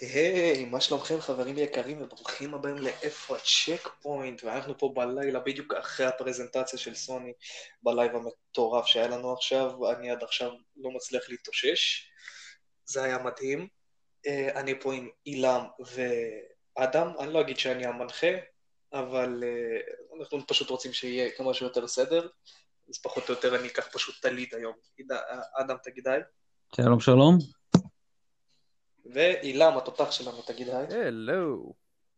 היי, מה שלומכם חברים יקרים וברוכים הבאים לאיפה הצ'ק פוינט, ואנחנו פה בלילה בדיוק אחרי הפרזנטציה של סוני בלייב המטורף שהיה לנו עכשיו. אני עד עכשיו לא מצליח להתאושש, זה היה מדהים. אני פה עם אילם ואדם, אני לא אגיד שאני המנחה, אבל אנחנו פשוט רוצים שיהיה כמה שיותר סדר, אז פחות או יותר אני אקח פשוט את הליד היום. אדם תגיד היי, שלום שלום. ואילם התותח שלנו תגיד היי. הלו.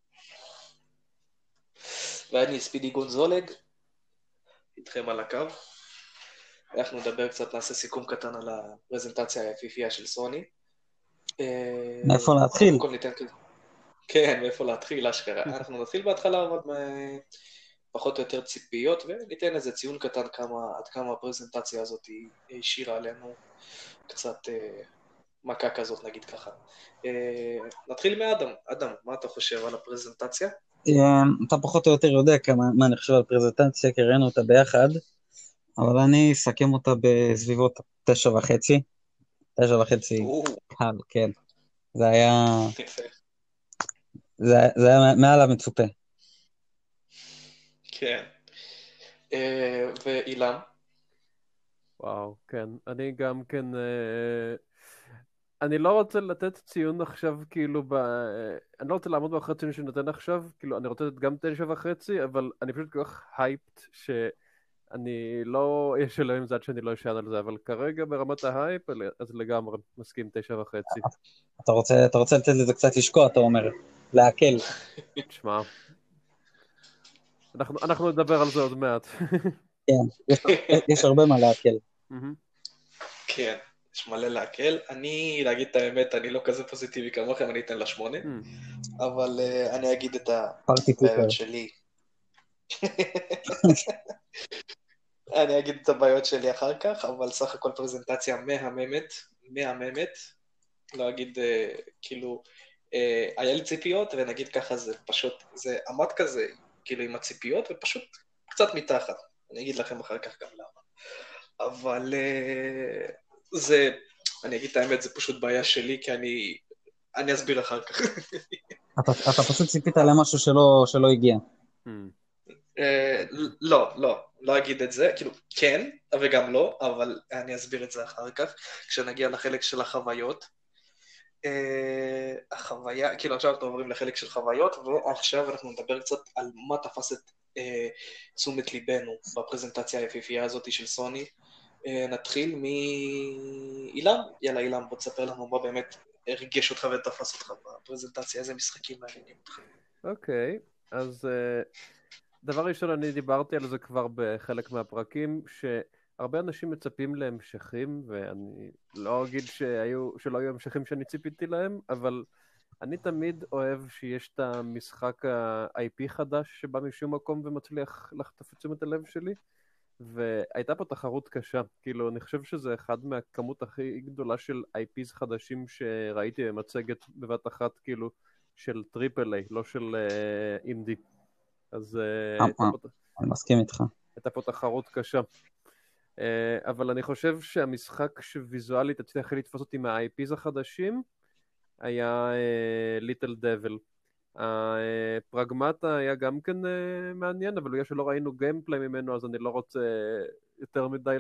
ואני ספידי גונזולג, איתכם על הקו. אנחנו נדבר קצת, נעשה סיכום קטן על הפרזנטציה היפיפייה של סוני. מאיפה להתחיל? קודם כל ניתן כזה. כן, מאיפה להתחיל, אשכרה. אנחנו נתחיל בהתחלה אבל פחות או יותר ציפיות, וניתן איזה ציון קטן עד כמה הפרזנטציה הזאת השאירה עלינו קצת מכה כזאת, נגיד ככה. נתחיל מאדם. אדם, מה אתה חושב על הפרזנטציה? אתה פחות או יותר יודע מה אני חושב על פרזנטציה, כי ראינו אותה ביחד, אבל אני אסכם אותה בסביבות 9.5. 9.5 קל, כן. זה היה יפה. זה היה מעל המצופה. כן. ואילם? וואו, כן. אני גם כן... אני לא רוצה לתת ציון עכשיו, כאילו, אני לא רוצה לעמוד באחרי ציון שנותן עכשיו, כאילו, אני רוצה לתת גם 9.5, אבל אני פשוט כל כך הייפט, שאני לא יש אלוהים עם זה עד שאני לא אשאל על זה, אבל כרגע ברמת ההייפ, אז לגמרי מסכים 9.5. אתה רוצה לתת לזה קצת לשקוע, אתה אומר, להקל. תשמע, אנחנו נדבר על זה עוד מעט. כן, יש הרבה מה להקל. כן, יש מלא להקל. להגיד את האמת, אני לא כזה פוזיטיבי כמוכם, אני אתן לה 8, אבל אני אגיד את הבעיות שלי. אני אגיד את הבעיות שלי אחר כך, אבל סך הכל פרזנטציה מהממת. לא אגיד, כאילו, היה לי ציפיות, ונגיד ככה זה פשוט, זה עמד כזה, כאילו עם הציפיות, ופשוט קצת מתחת. אני אגיד לכם אחר כך גם למה. אבל אני אגיד את האמת, זה פשוט בעיה שלי, כי אני אסביר אחר כך. אתה פשוט ציפית למשהו שלא הגיע. לא אגיד את זה, כאילו כן, וגם לא, אבל אני אסביר את זה אחר כך, כשנגיע לחלק של החוויות. החוויה, כאילו עכשיו אנחנו עוברים לחלק של חוויות, ועכשיו אנחנו נדבר קצת על מה תפס את תשומת ליבנו בפרזנטציה היפיפייה הזאת של סוני. נתחיל מאילם. יאללה אילם, בוא תספר לנו מה באמת הרגש אותך ותפס אותך בפרזנטציה, איזה משחקים מעניינים אותך. אוקיי, אז דבר ראשון, אני דיברתי על זה כבר בחלק מהפרקים, שהרבה אנשים מצפים להמשכים, ואני לא אגיד שלא היו המשכים שאני ציפיתי להם, אבל אני תמיד אוהב שיש את המשחק ה-IP חדש שבא משום מקום ומצליח לחטוף את תשומת הלב שלי, והייתה פה תחרות קשה. כאילו, אני חושב שזה אחד מהכמות הכי גדולה של IPs חדשים שראיתי במצגת בבת אחת, כאילו, של טריפל איי, לא של אינדי. אז אני מסכים איתך. הייתה פה תחרות קשה. אבל אני חושב שהמשחק שוויזואלית הצליח לתפוס אותי מה-IPs החדשים היה ליטל דבל. הפרגמטה היה גם כן מעניין, אבל בגלל שלא ראינו גיימפליי ממנו, אז אני לא רוצה יותר מדי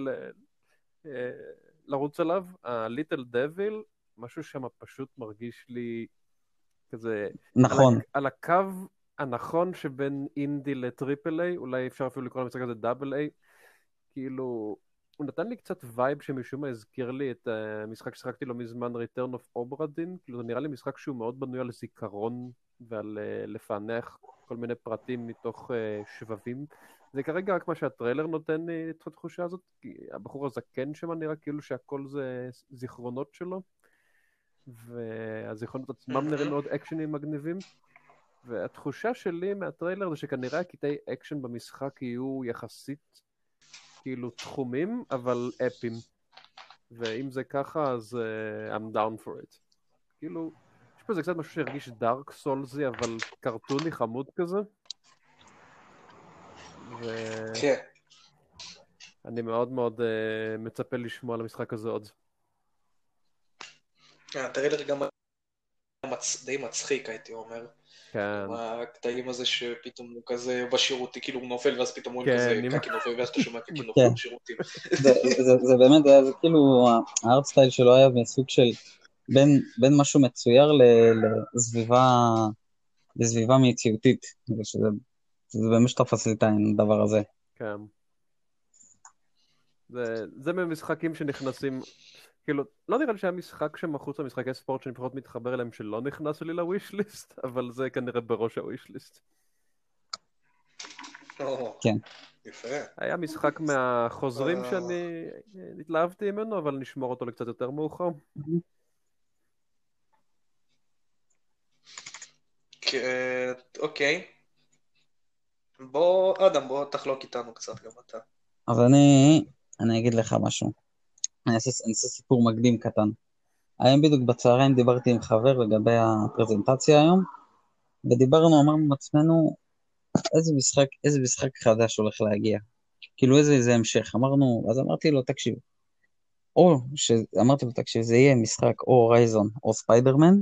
לרוץ עליו. הליטל דביל, משהו שם פשוט מרגיש לי כזה... נכון. על הקו הנכון שבין אינדי לטריפל איי, אולי אפשר אפילו לקרוא למשחק הזה דאבל איי, כאילו, הוא נתן לי קצת וייב שמשום מה הזכיר לי את המשחק ששחקתי לו מזמן, Return of Obra Dinn, כאילו זה נראה לי משחק שהוא מאוד בנוי על זיכרון ועל לפענח כל מיני פרטים מתוך שבבים. זה כרגע רק מה שהטריילר נותן לי את התחושה הזאת, כי הבחור הזקן שם נראה כאילו שהכל זה זיכרונות שלו, והזיכרונות עצמם נראים מאוד אקשנים מגניבים. והתחושה שלי מהטריילר זה שכנראה הקטעי אקשן במשחק יהיו יחסית כאילו תחומים, אבל אפים. ואם זה ככה, אז I'm down for it. כאילו, יש פה איזה קצת משהו שהרגיש דארק סולזי, אבל קרטוני חמוד כזה. כן. אני מאוד מאוד מצפה לשמוע על המשחק הזה עוד. הטריילר גם די מצחיק, הייתי אומר. כן. עם הקטעים הזה שפתאום הוא כזה בשירותי, כאילו הוא נופל, ואז פתאום הוא כן, כזה עם- קקי נופל, ואז אתה שומע קקי נופל כן. בשירותים. זה באמת, זה כאילו, הארט סטייל שלו היה מסוג של בין משהו מצויר לסביבה מציאותית, זה באמת שתפס לי את העין, הדבר הזה. כן. זה ממשחקים שנכנסים, כאילו, לא נראה לי שהיה משחק שמחוץ למשחקי ספורט שאני פחות מתחבר אליהם שלא נכנס לי לוויש ליסט, אבל זה כנראה בראש הוויש ליסט. כן. יפה. היה משחק מהחוזרים שאני התלהבתי ממנו, אבל נשמור אותו לקצת יותר מאוחר. אוקיי. אדם, בוא תחלוק איתנו קצת גם אתה. אז אני אגיד לך משהו. אני אעשה סיפור מקדים קטן. היום בדיוק בצהריים דיברתי עם חבר לגבי הפרזנטציה היום, ודיברנו, אמרנו לעצמנו, איזה משחק חדש הולך להגיע. כאילו איזה המשך. אז אמרתי לו, תקשיב. אמרתי לו, תקשיב, זה יהיה משחק או הורייזון או ספיידרמן,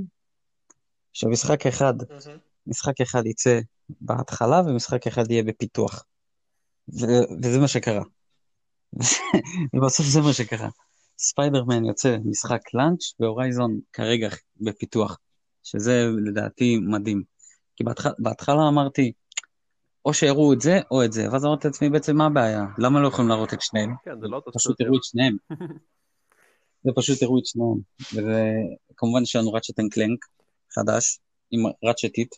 משחק אחד יצא בהתחלה, ומשחק אחד יהיה בפיתוח. וזה מה שקרה. ובסוף זה מה שקרה. ספיידרמן יוצא משחק לאנץ' והורייזון כרגע בפיתוח, שזה לדעתי מדהים. כי בהתחלה אמרתי, או שיראו את זה או את זה, ואז אמרתי לעצמי בעצם מה הבעיה? למה לא יכולים להראות את שניהם? כן, זה לא אותו פשוט סטודיו. הראו את שניהם. וכמובן שיש לנו רצ'ט אנד קלנק חדש, עם רצ'טית.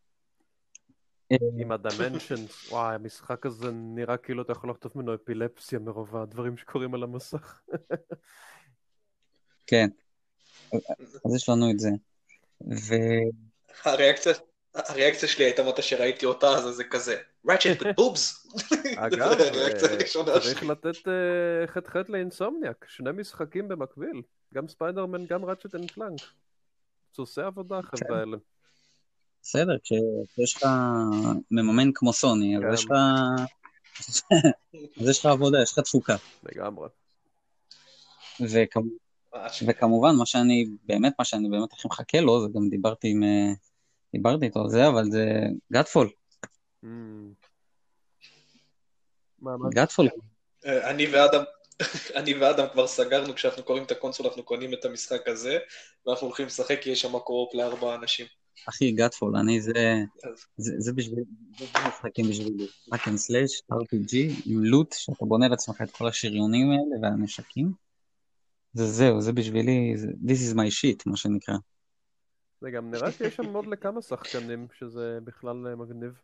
עם הדמנשנס, וואי, המשחק הזה נראה כאילו אתה יכול לחטוף ממנו אפילפסיה מרוב הדברים שקורים על המסך. כן, אז יש לנו את זה. הריאקציה שלי הייתה מתי שראיתי אותה, אז זה כזה, ratchet with boobs. אגב, זה הריאקציה הראשונה צריך שלי. לתת חטא לאינסומניאק, 2 משחקים במקביל, גם ספיידרמן, גם ראצ'ט אנד קלנק. זה עושה עבודה חבר'ה האלה. בסדר, כשיש לך מממן כמו סוני, אז יש לך עבודה, יש לך תפוקה. לגמרי. וכמובן, מה שאני באמת הכי מחכה לו, זה גם דיברתי איתו על זה, אבל זה גאדפול. גאדפול. אני ואדם כבר סגרנו, כשאנחנו קוראים את הקונסול, אנחנו קונים את המשחק הזה, ואנחנו הולכים לשחק, כי יש שם קו-אופ ל4 אנשים. אחי, גאדפול, זה בשביל, זה משחקים בשבילי. רק אנד סלאש, RPG, עם לוט, שאתה בונה לעצמך את כל השריונים האלה והנשקים. זה בשבילי, this is my shit, מה שנקרא. זה גם נראה שיש שם עוד לכמה שחקנים, שזה בכלל מגניב.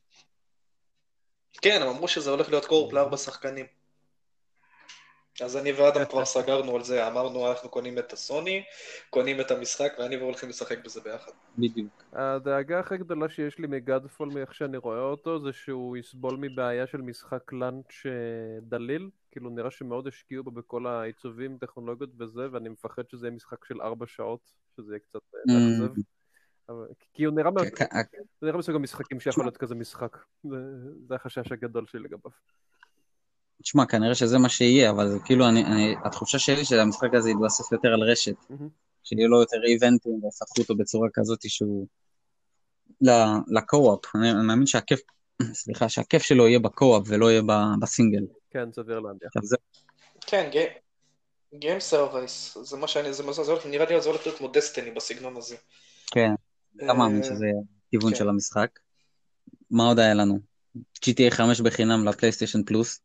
כן, הם אמרו שזה הולך להיות קו-אופ ל4 שחקנים. אז אני ואדם כבר סגרנו על זה, אמרנו אנחנו קונים את הסוני, קונים את המשחק, ואני והולכים לשחק בזה ביחד. בדיוק. הדאגה הכי גדולה שיש לי מגאדפול מאיך שאני רואה אותו, זה שהוא יסבול מבעיה של משחק לאנץ' דליל, כאילו נראה שמאוד השקיעו בו בכל העיצובים, טכנולוגיות וזה, ואני מפחד שזה יהיה משחק של 4 שעות, שזה יהיה קצת מאכזב. כי הוא נראה מסוג המשחקים שיכול להיות כזה משחק, זה החשש הגדול שלי לגביו. תשמע, כנראה שזה מה שיהיה, אבל זה כאילו, התחושה שלי שהמשחק הזה יתבסס יותר על רשת, שיהיה לו יותר איבנטים, ויפתחו אותו בצורה כזאת שהוא לקו-אופ. אני מאמין שהכיף שלו יהיה בקו-אופ ולא יהיה בסינגל. כן, סביר להניח. כן, גיים סרווייס, זה מה שאני, נראה לי זה הולך להיות כמו דסטיני בסגנון הזה. כן, אתה מאמין שזה כיוון של המשחק. מה עוד היה לנו? GTA 5 בחינם לפלייסטיישן פלוס.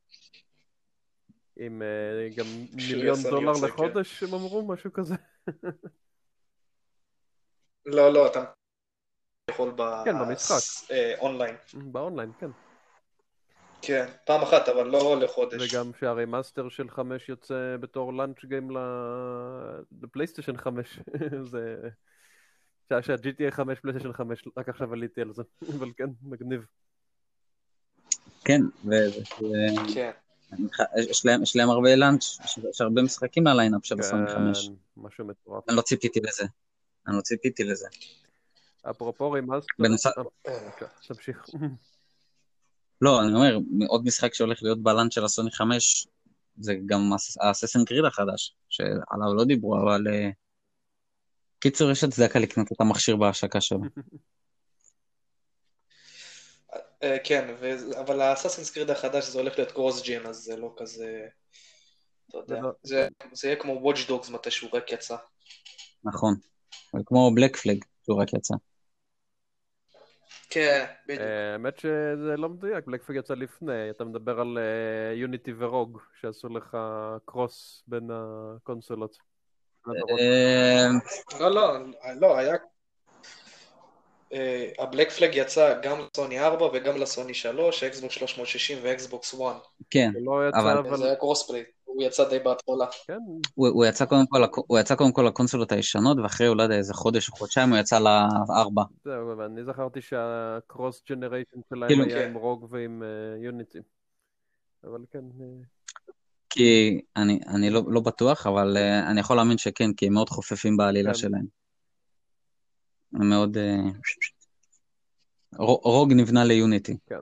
עם גם $1,000,000 לחודש, הם אמרו, משהו כזה. לא, אתה יכול במשחק. אונליין. באונליין, כן. כן, פעם אחת, אבל לא לחודש. וגם שהרימאסטר של 5 יוצא בתור לאנץ' גיים לפלייסטיישן 5. זה... שה-GTA 5 פלייסטיישן 5, רק עכשיו עליתי על זה. אבל כן, מגניב. כן, כן. יש להם הרבה לאנץ', יש הרבה משחקים מהליינאפ של הסוני 5. כן, משהו מטורף. אני לא ציפיתי לזה. אפרופו רימאסטר... תמשיך. לא, אני אומר, עוד משחק שהולך להיות בלנץ' של הסוני 5, זה גם האססן קריד החדש, שעליו לא דיברו, אבל קיצור, יש הצדקה לקנות את המכשיר בהשקה שלו. כן, אבל האסאסינס קריד החדש זה הולך להיות קרוס ג'ן, אז זה לא כזה, אתה זה יודע, לא- זה יהיה כמו Watch Dogs מתי שהוא רק יצא. נכון. כמו בלק פלג, שהוא רק יצא. כן, בדיוק. האמת שזה לא מדויק, בלקפלג יצא לפני, אתה מדבר על יוניטי ורוג, שעשו לך קרוס בין הקונסולות. לא, היה... הבלק פלג יצא גם לסוני 4 וגם לסוני 3, אקסבוקס 360 ואקסבוקס 1. כן, הוא לא יצא, אבל זה היה קרוספליי, הוא יצא די בהתחלה. כן, הוא יצא קודם כל לקונסולות הישנות, ואחרי אולי איזה חודש או חודשיים הוא יצא לארבע. זהו, אבל אני זכרתי שהקרוס ג'נריישן שלהם כאילו- היה כן. עם רוג ועם יוניטי. אבל כן, כי אני לא בטוח, אבל אני יכול להאמין שכן, כי הם מאוד חופפים בעלילה כן. שלהם. הם מאוד... רוג נבנה ליוניטי. כן.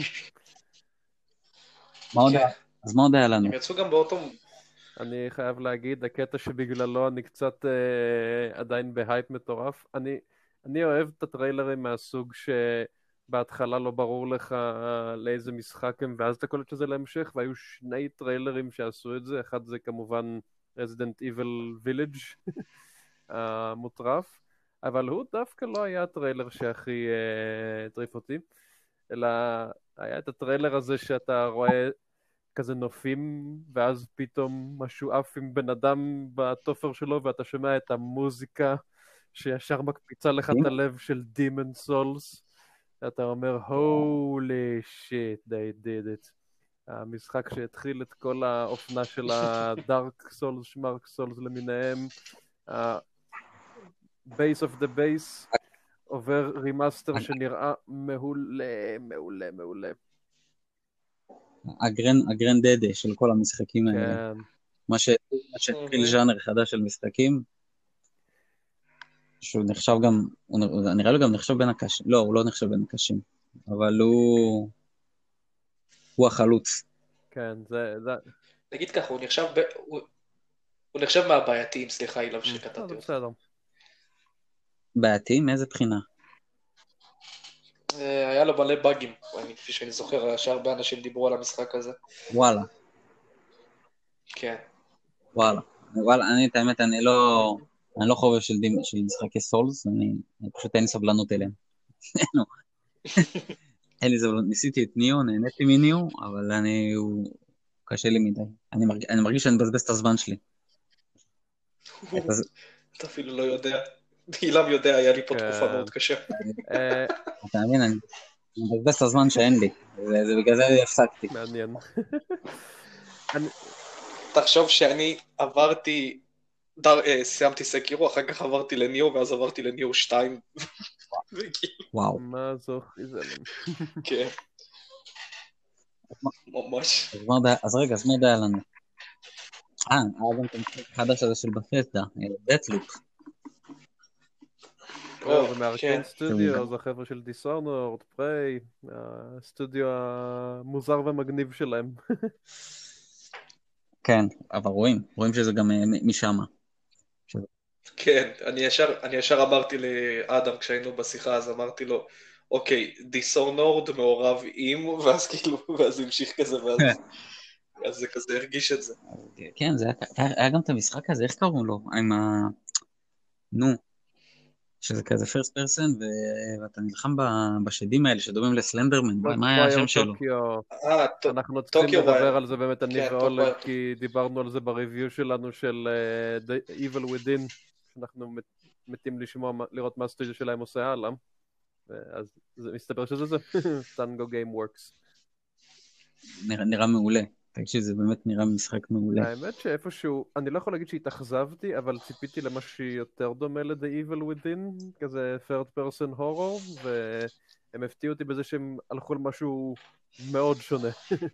מה עוד? כן. אז מה עוד היה לנו? הם יצאו גם באותו... אני חייב להגיד, הקטע שבגללו אני קצת עדיין בהייפ מטורף. אני אוהב את הטריילרים מהסוג שבהתחלה לא ברור לך לאיזה משחק הם, ואז אתה קולט שזה להמשך, והיו שני טריילרים שעשו את זה. אחד זה כמובן Resident Evil Village המוטרף, אבל הוא דווקא לא היה הטריילר שהכי הטריף אותי, אלא היה את הטריילר הזה שאתה רואה כזה נופים, ואז פתאום משהו עף עם בן אדם בתופר שלו, ואתה שומע את המוזיקה שישר מקפיצה לך את הלב של Demon Souls. אתה אומר, holy shit, they did it. המשחק שהתחיל את כל האופנה של ה-Dark Souls, שמרק Souls למיניהם, ה-Base of the Base, עובר רימאסטר שנראה מעולה, מעולה, מעולה. הגרנדדה של כל המשחקים האלה. כן. מה שהתחיל ז'אנר חדש של משחקים, שהוא נחשב גם, נראה לו גם נחשב בין הקשים, לא, הוא לא נחשב בין הקשים, אבל הוא החלוץ. כן, זה... נגיד ככה, הוא נחשב מהבעייתיים, סליחה אילם שקטעתי אותך. בסדר. בעייתיים? מאיזה בחינה? היה לו מלא באגים, כפי שאני זוכר, שהרבה אנשים דיברו על המשחק הזה. וואלה. כן. וואלה, אני את האמת, אני לא חובב של משחקי סולס, אני פשוט אין לי סבלנות אליהם. אין לי סבלנות, ניסיתי את ניו, נהניתי מניו, אבל הוא קשה לי מדי. אני מרגיש שאני מבזבז את הזמן שלי. אתה אפילו לא יודע. אילם יודע, היה לי פה תקופה מאוד קשה. אתה מבין, אני מבזבז את הזמן שאין לי, זה בגלל זה הפסקתי. מעניין. תחשוב שאני סיימתי סקירו, אחר כך עברתי לניו, ואז עברתי לניו 2. וואו. מה זו חיזלם? כן. ממש. אז רגע, אז מה עוד היה לנו? היה גם את המשחק החדש הזה של בפסדה, דטלופ. זה מארקיין סטודיו, זה החבר'ה של דיסונורד, פריי, הסטודיו המוזר ומגניב שלהם. כן, אבל רואים שזה גם משם. כן, אני ישר אמרתי לאדם כשהיינו בשיחה, אז אמרתי לו, אוקיי, דיסונורד מעורב עם, ואז המשיך כזה, אז זה כזה הרגיש את זה. כן, היה גם את המשחק הזה, איך קראו לו? שזה כזה פרסט פרסן, ואתה נלחם בשדים האלה שדומים לסלנדרמן, מה היה השם שלו? אנחנו צריכים לדבר על זה באמת, אני ואולג, כי דיברנו על זה בריוויו שלנו של The Evil Within, שאנחנו מתים לראות מה הסטודיו שלהם עושה הלאה, אז זה מסתבר שזה זה, טנגו גיימוורקס. נראה מעולה. תקשיב, זה באמת נראה משחק מעולה. האמת שאיפשהו, אני לא יכול להגיד שהתאכזבתי, אבל ציפיתי למשהו יותר דומה ל-The Evil Within, כזה third person horror, והם הפתיעו אותי בזה שהם הלכו למשהו מאוד שונה.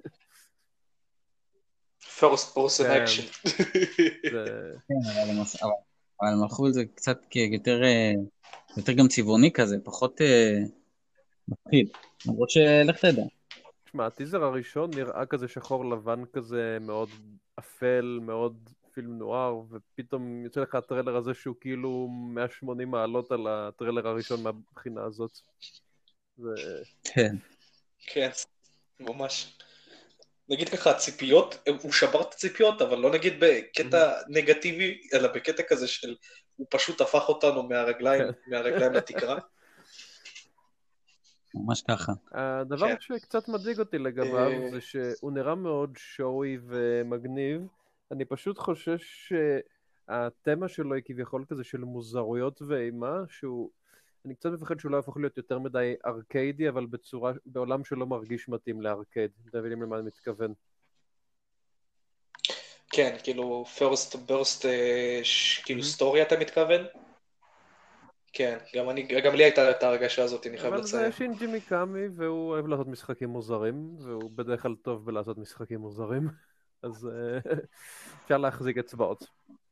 first person action. כן, אבל הם הלכו לזה קצת יותר גם צבעוני כזה, פחות מפחיד. למרות שלך תדע. תשמע, הטיזר הראשון נראה כזה שחור לבן כזה, מאוד אפל, מאוד פילם נואר, ופתאום יוצא לך הטריילר הזה שהוא כאילו 180 מעלות על הטריילר הראשון מהבחינה הזאת. כן. כן, ממש. נגיד ככה, הציפיות, הוא שבר את הציפיות, אבל לא נגיד בקטע נגטיבי, אלא בקטע כזה של, הוא פשוט הפך אותנו מהרגליים לתקרה. ממש ככה. הדבר שקצת מדאיג אותי לגביו, זה שהוא נראה מאוד שואי ומגניב. אני פשוט חושש שהתמה שלו היא כביכול כזה של מוזרויות ואימה, אני קצת מפחד שהוא לא יהפוך להיות יותר מדי ארקיידי, אבל בעולם שלא מרגיש מתאים לארקייד. אתם מבינים למה אני מתכוון? כן, כאילו first burst, כאילו סטורי אתה מתכוון? כן, גם לי הייתה את ההרגשה הזאת, אני חייב לציין. אבל זה שינג'י מיקאמי, והוא אוהב לעשות משחקים מוזרים, והוא בדרך כלל טוב בלעשות משחקים מוזרים, אז אפשר להחזיק אצבעות.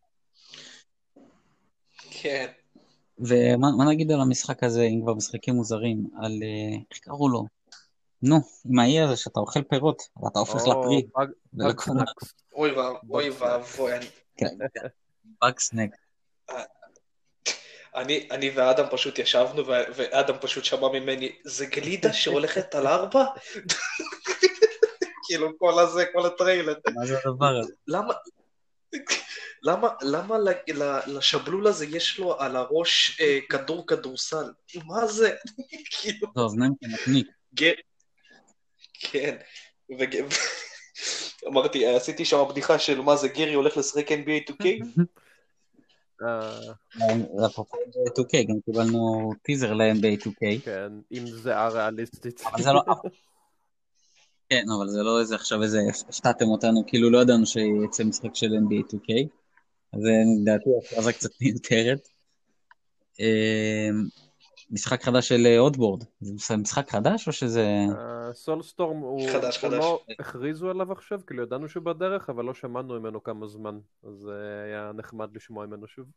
כן. ומה נגיד על המשחק הזה, אם כבר משחקים מוזרים, על, איך קראו לו? נו, עם האי הזה שאתה אוכל פירות, ואתה הופך לפרי. אוי ואבוי. כן, בגסנק. אני ואדם פשוט ישבנו, ואדם פשוט שמע ממני, זה גלידה שהולכת על 4? כאילו כל הטריילר. מה זה הדבר הזה? למה לשבלול הזה יש לו על הראש כדורסל? מה זה? זה אוזניים כנקניק. כן. אמרתי, עשיתי שם בדיחה של מה זה, גרי הולך לשחק NBA 2K? אפרופו 2K, גם קיבלנו טיזר ל-NBA 2K. כן, עם זהה ריאליסטית. אבל זה לא... כן, אבל זה לא עכשיו איזה הפתעתם אותנו, כאילו לא ידענו שיצא משחק של NBA 2K, אז לדעתי הפרזה קצת מיותרת. משחק חדש של אוטבורד, זה משחק חדש או שזה... סולסטורם הוא חדש. לא הכריזו עליו עכשיו, כאילו ידענו שהוא בדרך, אבל לא שמענו ממנו כמה זמן, אז היה נחמד לשמוע ממנו שוב.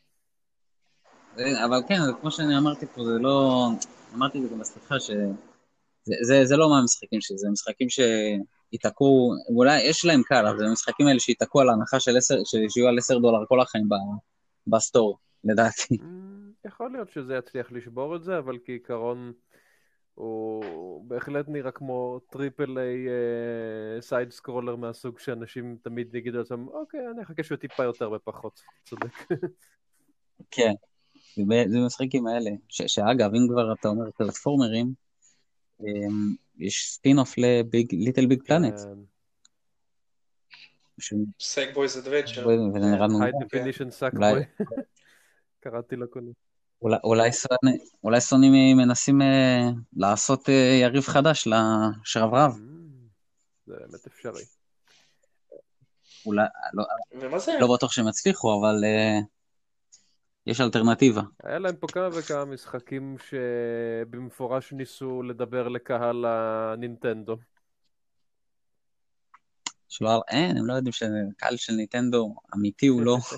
אבל כן, כמו שאני אמרתי פה, זה לא... אמרתי את זה גם בסליחה, שזה לא מהמשחקים שלי, זה משחקים שיתעקו, אולי יש להם קל, אבל זה המשחקים האלה שיתעקו על ההנחה שיהיו על $10 כל החיים בסטור, לדעתי. יכול להיות שזה יצליח לשבור את זה, אבל כעיקרון הוא בהחלט נראה כמו טריפל איי סייד סקרולר מהסוג שאנשים תמיד יגידו לעצמם, אוקיי, אני אחכה שהוא טיפה יותר ופחות, צודק. כן, זה משחקים האלה, שאגב, אם כבר אתה אומר פלטפורמרים, יש ספין-אוף ליטל ביג פלנט. סאקבויז אדוונצ'ר. היי דפינישן סאקבוי. קראתי לו כולה. אולי סוני מנסים לעשות יריב חדש לשרברב. זה באמת אפשרי. אולי, לא בטוח שהם הצליחו, אבל יש אלטרנטיבה. היה להם פה כמה וכמה משחקים שבמפורש ניסו לדבר לקהל הנינטנדו. הם לא יודעים שקהל של ניטנדו אמיתי הוא לא...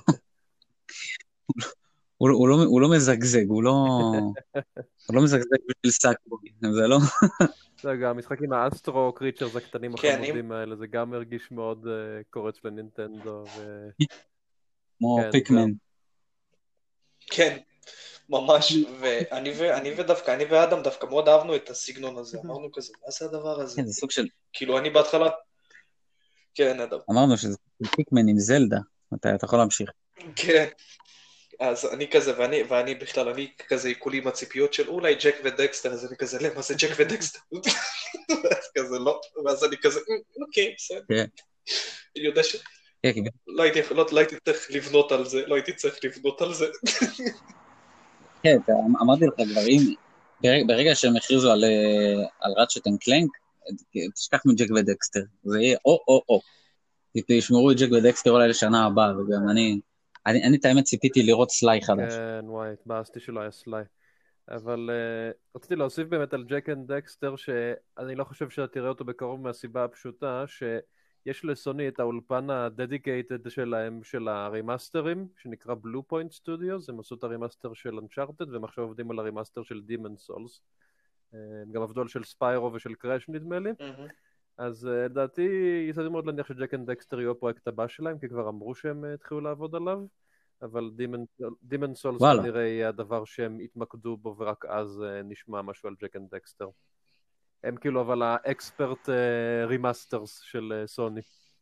הוא לא מזגזג, הוא לא מזגזג בשביל סאקבוי, זה לא... זה גם המשחקים האסטרו קריצ'רס הקטנים החמודים האלה, זה גם הרגיש מאוד קורץ לנינטנדו. כמו פיקמן. כן, ממש, ואני ואדם דווקא מאוד אהבנו את הסגנון הזה, אמרנו כזה, מה זה הדבר הזה? כן, זה סוג של... כאילו אני בהתחלה... כן, אדם. אמרנו שזה פיקמן עם זלדה, אתה יכול להמשיך. כן. אז אני כזה, ואני בכלל, אני כזה עיקולי עם הציפיות של אולי ג'ק ודקסטר, אז אני כזה, מה זה ג'ק ודקסטר? אז כזה לא, ואז אני כזה, אוקיי, בסדר. אני יודע לא הייתי צריך לבנות על זה, כן, אמרתי לך כבר, ברגע שהם הכריזו על ראצ'ט אנד קלנק, תשכח מג'ק ודקסטר, זה יהיה או. תשמרו את ג'ק ודקסטר אולי לשנה הבאה, וגם אני את האמת ציפיתי לראות סליי חדש. כן, וואי, התבאסתי שלא היה סליי. אבל רציתי להוסיף באמת על ג'ק אנד דקסטר, שאני לא חושב שאתה תראה אותו בקרוב מהסיבה הפשוטה, שיש לסוני את האולפן הדדיקייטד שלהם, של הרימאסטרים, שנקרא בלו פוינט סטודיוס, הם עשו את הרימאסטר של אנצ'ארטד, והם עכשיו עובדים על הרימאסטר של דימון סולס. הם גם עבדו על של ספיירו ושל קראש נדמה לי. אז לדעתי, יסתדר מאוד להניח שג'ק אנד דקסטר יהיו הפרויקט הבא שלהם, כי כבר אמרו שהם התחילו לעבוד עליו, אבל דימון סולס וואלה. כנראה יהיה הדבר שהם יתמקדו בו, ורק אז נשמע משהו על ג'ק אנד דקסטר. הם כאילו אבל האקספרט רימאסטרס של סוני.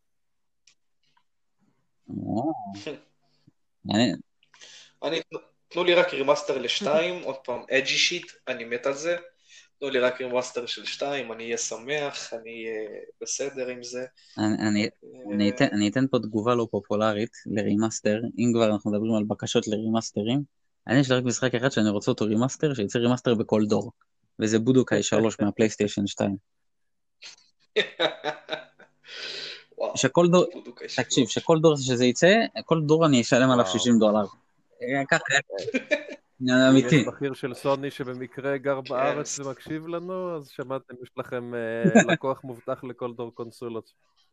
מעניין. תנו לי רק רימאסטר לשתיים, עוד פעם, אג'י שיט, אני מת על זה. תנו לי רק רימאסטר של 2, אני אהיה שמח, אני אהיה בסדר עם זה. אני אתן פה תגובה לא פופולרית לרימאסטר, אם כבר אנחנו מדברים על בקשות לרימאסטרים. אני יש לי רק משחק אחד שאני רוצה אותו רימאסטר, שיצא רימאסטר בכל דור, וזה בודוקאי 3 מהפלייסטיישן 2. שכל דור, תקשיב, שכל דור שזה יצא, כל דור אני אשלם עליו $60. ככה, אמיתי. יש בכיר של סוני שבמקרה גר בארץ ומקשיב לנו, אז שמעתם, יש לכם לקוח מובטח לכל דור קונסולות.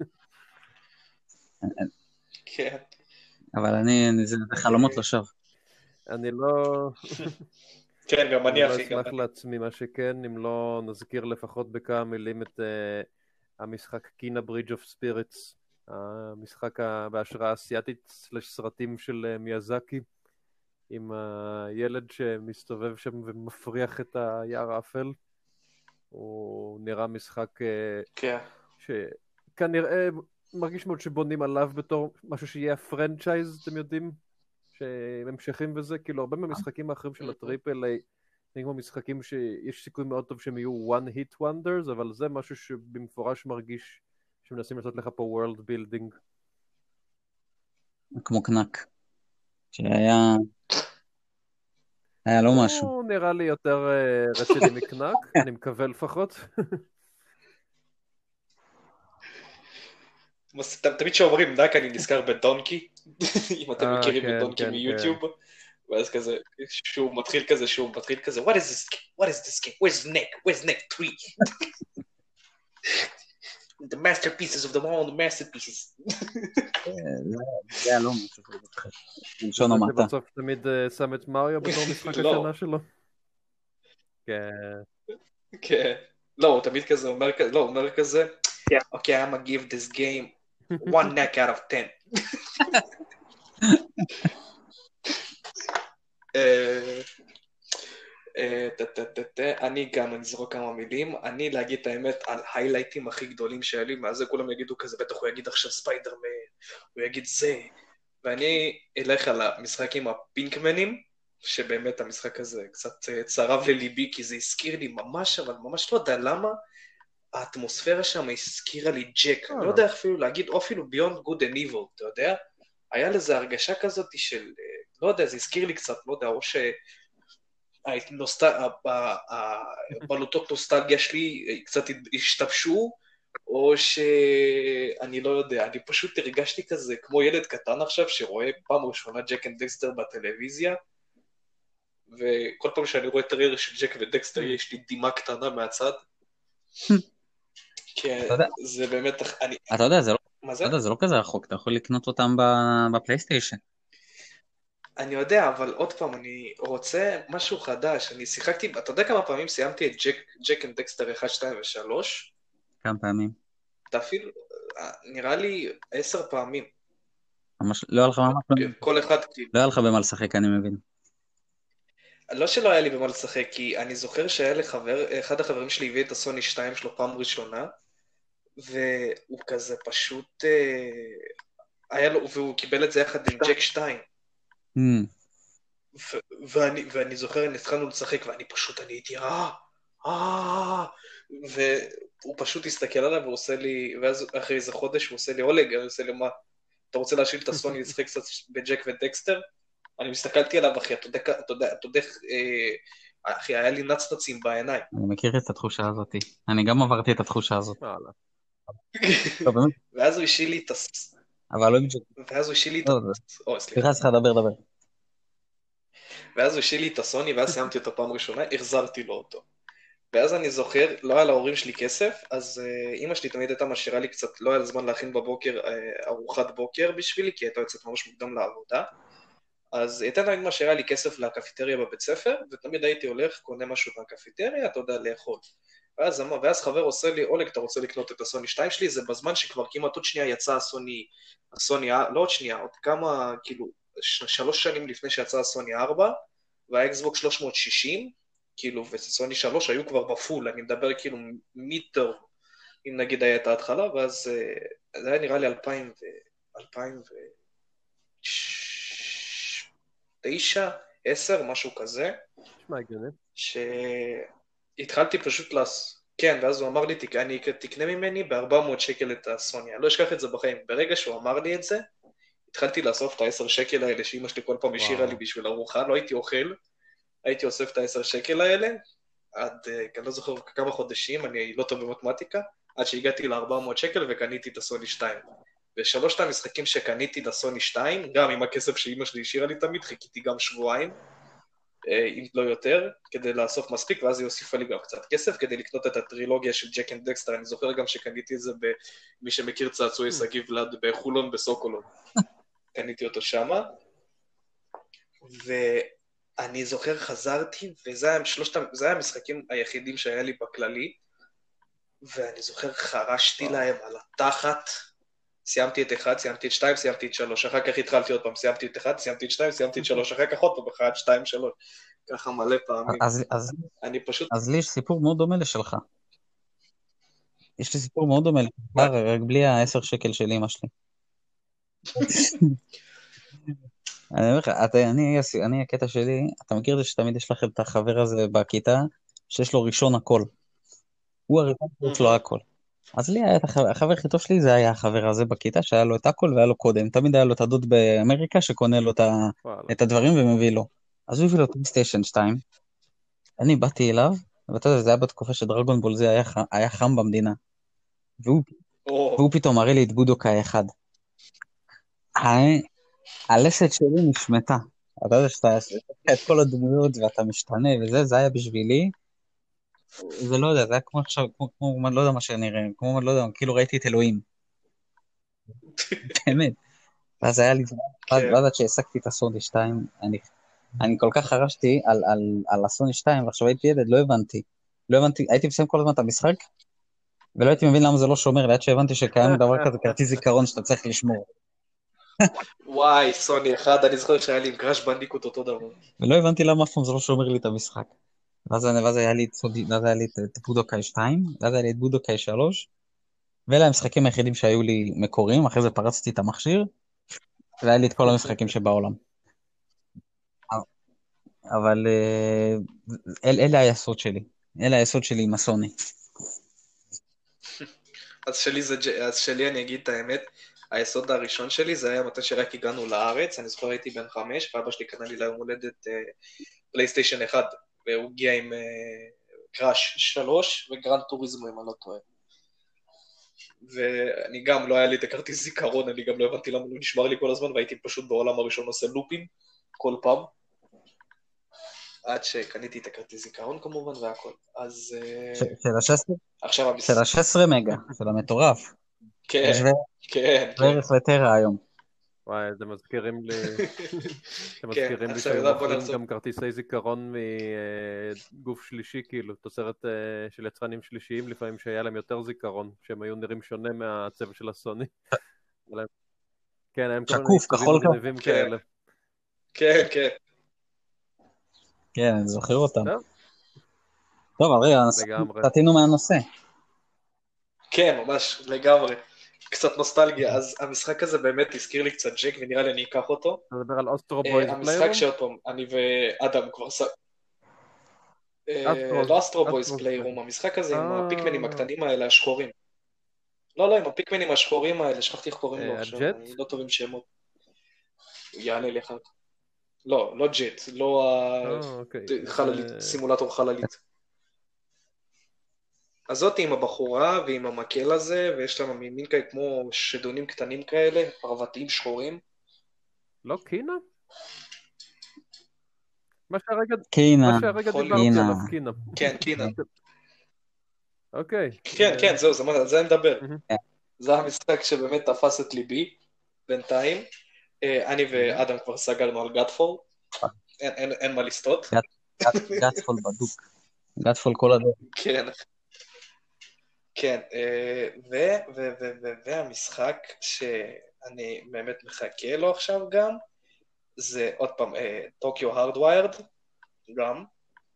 כן. אבל זה חלומות לשווא. אני לא... כן, גם אני לא אחי, גם אשמח לעצמי מה שכן, אם לא נזכיר לפחות בכמה מילים את המשחק קינה ברידג' אוף ספיריטס, המשחק בהשראה אסיאתית סרטים של מיאזקי, עם הילד שמסתובב שם ומפריח את היער האפל. הוא נראה משחק שכנראה מרגיש מאוד שבונים עליו בתור משהו שיהיה הפרנצ'ייז, אתם יודעים? שממשכים וזה, כאילו הרבה מהמשחקים האחרים של הטריפל איי, כמו משחקים שיש סיכוי מאוד טוב שהם יהיו one hit wonders, אבל זה משהו שבמפורש מרגיש שמנסים לעשות לך פה world building. כמו קנק, שהיה לא משהו. הוא נראה לי יותר רציני מקנק, אני מקווה לפחות. תמיד שאומרים נק אני נזכר בדונקי, אם אתם מכירים את דונקי מיוטיוב, ואז כזה, שהוא מתחיל כזה, what is this game, where's neck 3? The masterpieces of the world, the masterpieces. זה היה לא משהו. בלשון המעטה. זה בסוף תמיד שם את מריו בתור משחק השנה שלו. כן. לא, הוא תמיד כזה אומר כזה, okay, I'm gonna give this game 1 neck out of 10. אני גם אזרוק כמה מילים, אני להגיד את האמת על היילייטים הכי גדולים שהיה לי, מאז זה כולם יגידו כזה, בטח הוא יגיד עכשיו ספיידרמן, הוא יגיד זה, ואני אלך על המשחק עם הפינקמנים, שבאמת המשחק הזה קצת צרב לליבי, כי זה הזכיר לי ממש, אבל ממש לא יודע למה, האטמוספירה שם הזכירה לי ג'ק, אני לא יודע אפילו להגיד, או אפילו Beyond Good and Evil, אתה יודע? היה לזה הרגשה כזאת של, לא יודע, זה הזכיר לי קצת, לא יודע, או הבלוטות נוסטלגיה שלי קצת השתבשו, או שאני לא יודע, אני פשוט הרגשתי כזה, כמו ילד קטן עכשיו, שרואה פעם ראשונה ג'ק אנד דקסטר בטלוויזיה, וכל פעם שאני רואה טריילר של ג'ק ודקסטר, יש לי דימה קטנה מהצד. כן, זה באמת... אתה יודע, זה לא כזה רחוק, אתה יכול לקנות אותם בפלייסטיישן. אני יודע, אבל עוד פעם, אני רוצה משהו חדש. אני שיחקתי, אתה יודע כמה פעמים סיימתי את ג'ק אנד דקסטר 1, 2 ו-3? כמה פעמים? אתה אפילו, נראה לי 10 פעמים. לא היה לך ממש... כל אחד... לא היה לך במה לשחק, אני מבין. לא שלא היה לי במה לשחק, כי אני זוכר שהיה לחבר, אחד החברים שלי הביא את הסוני 2 שלו פעם ראשונה, והוא כזה פשוט, היה לו, והוא קיבל את זה יחד עם ג'ק 2. ואני זוכר, התחלנו לשחק, ואני פשוט, אני הייתי, והוא פשוט הסתכל עליו, והוא עושה לי, ואז אחרי איזה חודש, הוא עושה לי אולג, הוא עושה לי, מה, אתה רוצה להשאיל את הסוני, לשחק קצת בג'ק ודקסטר? אני מסתכלתי עליו, אחי, אתה יודע, אחי, היה לי נצנצים בעיניים. אני מכיר את התחושה הזאת, אני גם עברתי את התחושה הזאת. ואז הוא השאיל לי את אבל לא... ואז הוא השאיל לי את סליחה, דבר. ואז הוא השאיל לי את הסוני, ואז סיימתי אותו פעם ראשונה, החזרתי לו אותו. ואז אני זוכר, לא היה להורים שלי כסף, אז אמא שלי תמיד הייתה משאירה לי קצת, לא היה לזמן להכין בבוקר ארוחת בוקר בשבילי, כי הייתה יוצאת ממש מוקדם לעבודה, אז הייתה תמיד משאירה לי כסף לקפיטריה בבית ספר, ותמיד הייתי הולך, קונה משהו מהקפיטריה, אתה יודע, לאכול. ואז חבר עושה לי, אולג, אתה רוצה לקנות את הסוני 2 שלי? זה בזמן שכבר כמעט עוד שנייה יצא הסוני, לא עוד שנייה, עוד כמה, כאילו, 3 שנים לפני שיצא הסוני 4, והאקסבוק 360, כאילו, וסוני 3 היו כבר בפול, אני מדבר כאילו מיטר, אם נגיד היה את ההתחלה, ואז זה היה נראה לי 2009, 10, משהו כזה. נשמע הגיוני. שהתחלתי פשוט כן, ואז הוא אמר לי, תקנה ממני ב-400 שקל את הסוני, אני לא אשכח את זה בחיים. ברגע שהוא אמר לי את זה, התחלתי לאסוף את ה-10 שקל האלה, שאמא שלי כל פעם השאירה לי בשביל ארוחה, לא הייתי אוכל, הייתי אוסף את ה-10 שקל האלה, עד, אני לא זוכר כמה חודשים, אני לא טוב במתמטיקה, עד שהגעתי ל-400 שקל וקניתי את הסוני 2. ושלושת המשחקים שקניתי לסוני 2, גם עם הכסף שאמא שלי השאירה לי תמיד, חיכיתי גם שבועיים, אם לא יותר, כדי לאסוף מספיק, ואז היא הוסיפה לי גם קצת כסף, כדי לקנות את הטרילוגיה של ג'ק אנד דקסטר, אני זוכר גם שקניתי את זה במי שמכיר צעצועי שגיב ולד בחולון בסוקולון, קניתי אותו שמה, ואני זוכר חזרתי, וזה היה המשחקים היחידים שהיה לי בכללי, ואני זוכר חרשתי להם על התחת, סיימתי את 1, סיימתי את 2, סיימתי את 3, אחר כך התחלתי עוד פעם, סיימתי את 1, סיימתי את 2, סיימתי את 3, אחר כך עוד פעם 1, 2, 3, ככה מלא פעמים. אני פשוט... אז לי יש סיפור מאוד דומה לשלך. יש לי סיפור מאוד דומה לשלך, רק בלי ה10 שקל של אמא שלי. אני אומר לך, אני הקטע שלי, אתה מכיר את זה שתמיד יש לכם את החבר הזה בכיתה, שיש לו ראשון הכל. הוא הראשון שיש לו הכל. אז לי היה החבר הכי טוב שלי, זה היה החבר הזה בכיתה, שהיה לו את הכל והיה לו קודם. תמיד היה לו את הדוד באמריקה, שקונה לו את הדברים ומביא לו. אז הוא הביא לו פלייסטיישן 2, אני באתי אליו, ואתה יודע, זה היה בתקופה שדרגון בול זה היה חם במדינה. והוא פתאום מראה לי את בודוקאי 1. הלסת שלי נשמתה. אתה יודע שאתה את כל הדמויות ואתה משתנה וזה, זה היה בשבילי. זה לא יודע, זה היה כמו עכשיו, כמו לא יודע מה שנראה, כמו לא יודע, כאילו ראיתי את אלוהים. באמת. ואז היה לי, ואז עד שהעסקתי את הסוני 2, אני כל כך חרשתי על הסוני 2, ועכשיו הייתי ילד, לא הבנתי, הייתי מסיים כל הזמן את המשחק, ולא הייתי מבין למה זה לא שומר, ועד שהבנתי שקיים דבר כזה, כרטיס זיכרון שאתה צריך לשמור. וואי, סוני 1, אני זוכר שהיה לי עם קראש בנדיקוט אותו דבר. ולא הבנתי למה אף פעם זה לא שומר לי את המשחק. ואז היה לי את בודוקאי 2, ואז היה לי את בודוקאי 3, ואלה המשחקים היחידים שהיו לי מקוריים, אחרי זה פרצתי את המכשיר, והיה לי את כל המשחקים שבעולם. אבל אלה היסוד שלי עם הסוני. אז שלי אני אגיד את האמת, היסוד הראשון שלי זה היה מתי שרק הגענו לארץ, אני זוכר הייתי בן 5, ואבא שלי קנה לי ליום הולדת פלייסטיישן 1, והוא הגיע עם קראש 3 וגרנד טוריזמו אם אני לא טועה. ואני גם לא היה לי את הכרטיס זיכרון, אני גם לא הבנתי למה הוא נשמר לי כל הזמן, והייתי פשוט בעולם הראשון עושה לופים כל פעם, עד שקניתי את הכרטיס זיכרון כמובן והכל. אז... של ה-16 מגה, של המטורף. כן, כן. בערך לטרה היום. וואי, זה מזכירים לי שהיו מוכרים גם כרטיסי זיכרון מגוף שלישי, כאילו, תוצרת של יצרנים שלישיים, לפעמים שהיה להם יותר זיכרון, שהם היו נראים שונה מהצבע של הסוני. כן, הם כל מיני כחול מגניבים כאלה. כן, כן. כן, אני זוכר אותם. טוב, הרי, תתינו מהנושא. כן, ממש, לגמרי. קצת נוסטלגיה, אז המשחק הזה באמת הזכיר לי קצת ג'ק, ונראה לי אני אקח אותו. אתה מדבר על אסטרו בויז פליירום? המשחק שעוד פעם, אני ואדם כבר... לא אסטרו בויז פליירום, המשחק הזה עם הפיקמנים הקטנים האלה, השחורים. לא, עם הפיקמנים השחורים האלה, שכחתי איך קוראים לו עכשיו, אני לא טוב עם שמות. יעלה לי אחר כך. לא ג'ט, לא חללית, סימולטור חללית. אז זאת עם הבחורה ועם המקל הזה, ויש להם מין כאלה כמו שדונים קטנים כאלה, פרוותיים שחורים. לא קינה? קינה. דיברתי עליו, קינה. כן, קינה. אוקיי. כן, זהו, זה אני מדבר. זה המשחק שבאמת תפס את ליבי, בינתיים. אני ואדם כבר סגרנו על גאדפול, אין מה לסטות. גאדפול בדוק. גאדפול כל הדרך. כן. כן, והמשחק שאני באמת מחכה לו עכשיו גם, זה עוד פעם, טוקיו הרדוויירד, גם.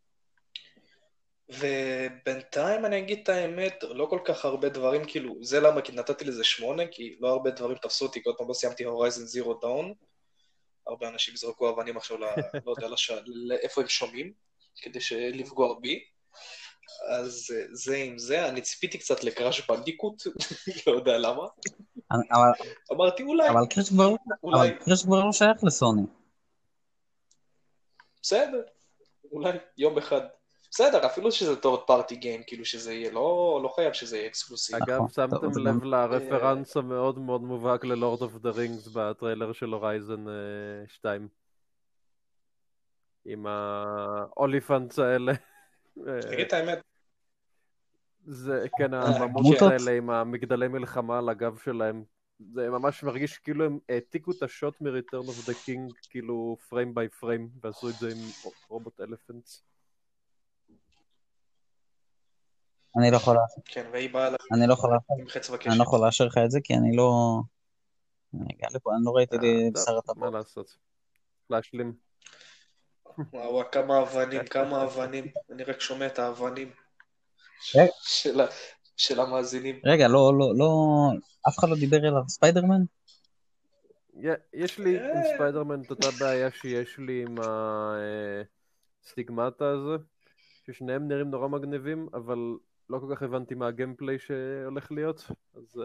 ובינתיים אני אגיד את האמת, לא כל כך הרבה דברים, כאילו, זה למה כי נתתי לזה 8, כי לא הרבה דברים תפסו אותי, כי עוד פעם לא סיימתי הורייזן זירו דאון, הרבה אנשים יזרקו אבנים עכשיו, לא יודע לאיפה הם שומעים, כדי לפגוע בי, אז זה עם זה, אני ציפיתי קצת לקראש בנדיקוט, לא יודע למה, אמרתי אולי, אבל קראש כבר לא שייך לסוני. בסדר, אולי יום אחד. בסדר, אפילו שזה third party game, כאילו שזה יהיה, לא חייב שזה יהיה אקסקלוסיב. אגב, שמתם לב לרפרנס המאוד מאוד מובהק ללורד אוף דה רינגס בטריילר של הורייזן 2. עם האוליפנטס האלה. תגיד את האמת. זה, כן, הממות האלה עם המגדלי מלחמה על הגב שלהם. זה ממש מרגיש כאילו הם העתיקו את השוט מ-Return of the King, כאילו פריים ביי פריים, ועשו את זה עם רובוט אלפנטס. אני לא יכול כן, והיא באה אני לא יכול לאשר לך את זה, כי אני לא... אני לא ראיתי בשר הטבעות. מה לעשות? להשלים. וואו, כמה אבנים. אני רק שומע את האבנים של המאזינים. רגע, לא, אף אחד לא דיבר אליו ספיידרמן? יש לי עם ספיידרמן את אותה בעיה שיש לי עם הסטיגמטה הזה, ששניהם נראים נורא מגניבים, אבל לא כל כך הבנתי מה הגיימפליי שהולך להיות, אז...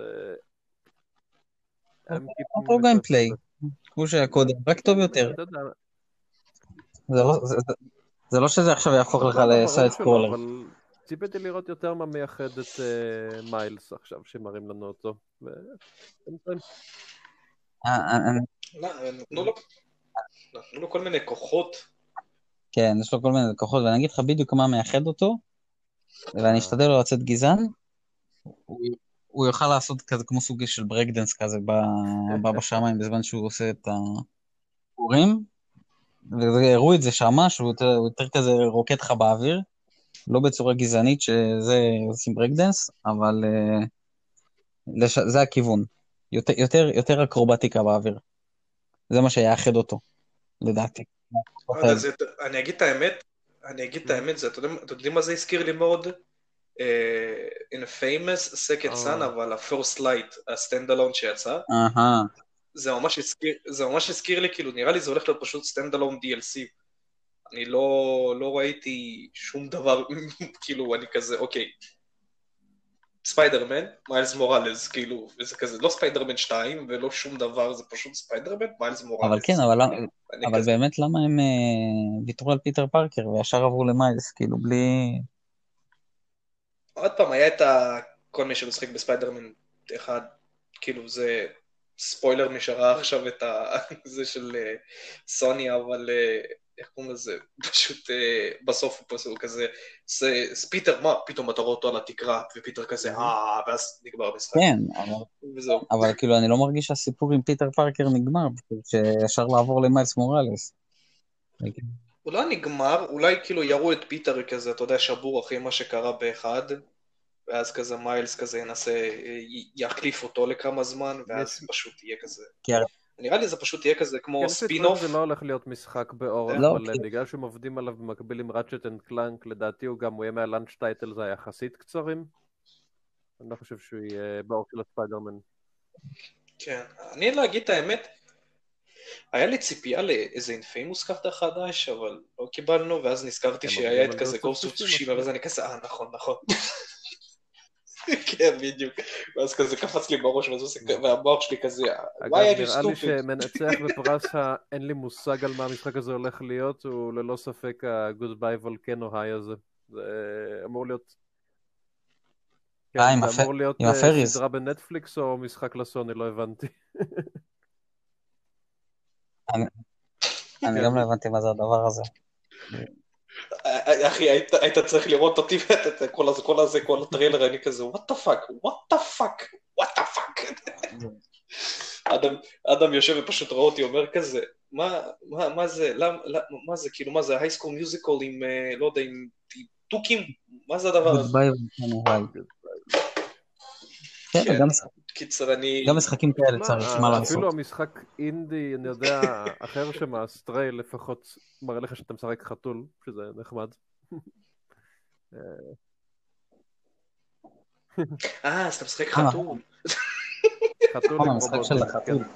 אותו גיימפליי, כמו שהיה קודם, רק טוב יותר. זה לא שזה עכשיו יהפוך לך לסייד סקרולר. אבל ציפיתי לראות יותר מה מייחד את מיילס עכשיו, שמראים לנו אותו. נתנו לו כל מיני כוחות. כן, יש לו כל מיני כוחות, ואני אגיד לך בדיוק מה מייחד אותו, ואני אשתדל לו לצאת גזען. הוא יוכל לעשות כזה כמו סוג של ברקדנס כזה בשמיים בזמן שהוא עושה את הפורים, והראו את זה שמה, שהוא יותר כזה רוקט לך באוויר, לא בצורה גזענית שזה עושים ברקדנס, אבל זה הכיוון. יותר אקרובטיקה באוויר. זה מה שיאחד אותו, לדעתי. אני אגיד את האמת, אתם יודעים מה זה הזכיר לי מאוד? In a famous second son, אבל ה-first light, הסטנדלון שיצא, זה ממש הזכיר לי, כאילו נראה לי זה הולך להיות פשוט סטנדלון DLC. אני לא ראיתי שום דבר, כאילו אני כזה, אוקיי, ספיידרמן, מיילס מוראלס, כאילו, וזה כזה, לא ספיידרמן 2 ולא שום דבר, זה פשוט ספיידרמן, מיילס מוראלס. אבל כן, אבל באמת למה הם ויתרו על פיטר פארקר וישר עברו למיילס, כאילו בלי... עוד פעם, היה את כל מי שמשחק בספיידרמן אחד, כאילו זה ספוילר משרה עכשיו את זה של סוני, אבל איך קוראים לזה, פשוט בסוף הוא כזה, פיטר, מה, פתאום אתה רואה אותו על התקרה, ופיטר כזה, ואז נגמר המשחק. כן, אבל כאילו אני לא מרגיש שהסיפור עם פיטר פארקר נגמר, שאפשר לעבור למיילס מוראלס. הוא לא נגמר, אולי כאילו יראו את פיטר כזה, אתה יודע, שבור אחרי מה שקרה באחד, ואז כזה מיילס כזה ינסה, יחליף אותו לכמה זמן, ואז פשוט יהיה כזה. נראה לי זה פשוט יהיה כזה כמו ספין-אוף. זה לא הולך להיות משחק באור, אבל בגלל שהם עובדים עליו במקביל עם ראצ'ט אנד קלאנק, לדעתי הוא גם, הוא יהיה מהלאנץ' טייטל, זה היה יחסית קצרים. אני לא חושב שהוא יהיה באור של הספיידרמן. כן, אני להגיד את האמת, היה לי ציפייה לאיזה אינפיימוס ככה חדש, אבל לא קיבלנו, ואז נזכרתי שהיה את כזה גוסט אוף צושימה, ואז אני כזה, נכון. כן, בדיוק. ואז כזה קפץ לי בראש, והמוח שלי כזה, אגב, נראה לי שמנצח בפרס אין לי מושג על מה המשחק הזה הולך להיות, הוא ללא ספק ה-Goodbye Volcano High הזה. זה אמור להיות... זה אמור להיות סדרה בנטפליקס או משחק לסוני, לא הבנתי. אני גם לא הבנתי מה זה הדבר הזה. אחי, היית צריך לראות אותי כל הטריילר, אני כזה, what the fuck. אדם יושב ופשוט רואה אותי, אומר כזה, מה זה, כאילו, מה זה, הייסקול מיוזיקל עם, לא יודע, עם טוקים? מה זה הדבר הזה? כן, כן. גם קיצר, גם משחקים כאלה צריך, מה לעשות. אפילו המשחק אינדי, אני יודע, אחר שמה, סטריי לפחות מראה לך שאתה משחק חתול, שזה נחמד. אז אתה משחק חתול. חתול עם המשחק של רובוטים, כן. החתול.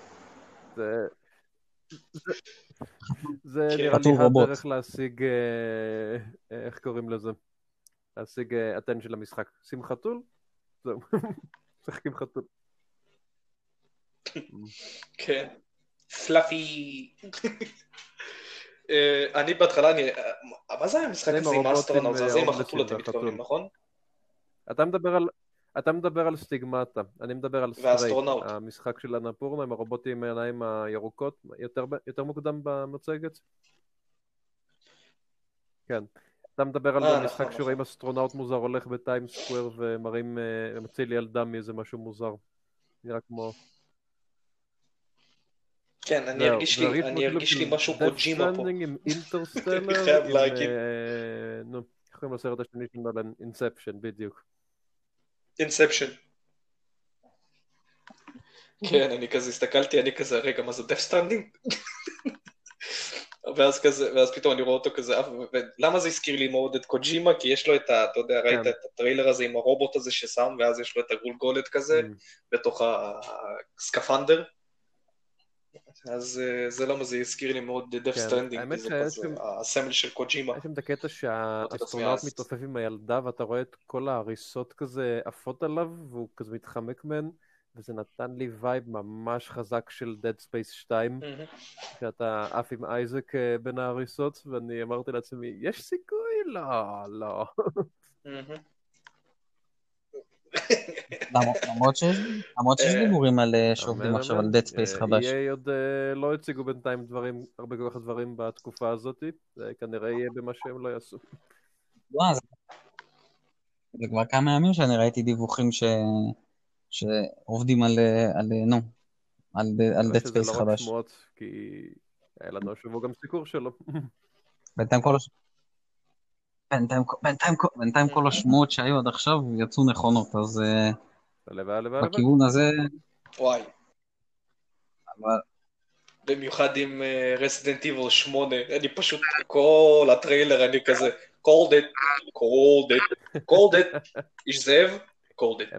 זה כן. נראה לי חתול רובוט. הדרך להשיג, איך קוראים לזה? להשיג attention של המשחק. שים חתול? זהו. משחקים חתול. כן. פלאפי. אני בהתחלה, מה זה היה המשחק הזה עם אסטרונאוט? זה עם החתול אתם מתכוונים, נכון? אתה מדבר על סטיגמטה, אני מדבר על סטרייט, המשחק של אנפורנה עם הרובוטים עם העיניים הירוקות, יותר מוקדם במצגת? כן. אתה מדבר על משחק שרואים אסטרונאוט מוזר הולך בטיים סקוואר ומראים, מציל ילדה מאיזה משהו מוזר. נראה כמו... כן, אני ארגיש לי משהו קוג'ימה פה. עם אינטרסטלר, חייב להגיד. נו, יכולים לסרט השני שלנו על אינספשן, בדיוק. אינספשן. כן, אני כזה הסתכלתי, אני כזה, רגע, מה זה דף סטרנדינג? ואז פתאום אני רואה אותו כזה, ולמה זה הזכיר לי מאוד את קוג'ימה? כי יש לו את ה, אתה יודע, ראית את הטריילר הזה עם הרובוט הזה ששם, ואז יש לו את הגולגולת כזה, בתוך הסקפנדר. אז זה למה זה הזכיר לי מאוד דף סטרנדינג, וזה כזה, הסמל של קוג'ימה. יש שם את הקטע שהאסטרונאוט מתעופף עם הילדה, ואתה רואה את כל ההריסות כזה עפות עליו, והוא כזה מתחמק מהן, וזה נתן לי וייב ממש חזק של Dead Space 2, שאתה עף עם אייזק בין ההריסות, ואני אמרתי לעצמי, יש סיכוי? לא, לא. למרות שיש דיבורים על שעובדים עכשיו על Dead Space חדש. EA עוד לא הציגו בינתיים הרבה כל כך דברים בתקופה הזאת, זה כנראה יהיה במה שהם לא יעשו. זה כבר כמה ימים שאני ראיתי דיווחים שעובדים על Dead Space חדש. זה לא רק שמועות, כי היה לנו השבוע גם סיקור שלו. בינתיים כל השמועות שהיו עד עכשיו יצאו נכונות, אז בכיוון הזה... וואי. במיוחד עם Resident Evil 8, אני פשוט, כל הטריילר אני כזה, called it, איש זאב, called it.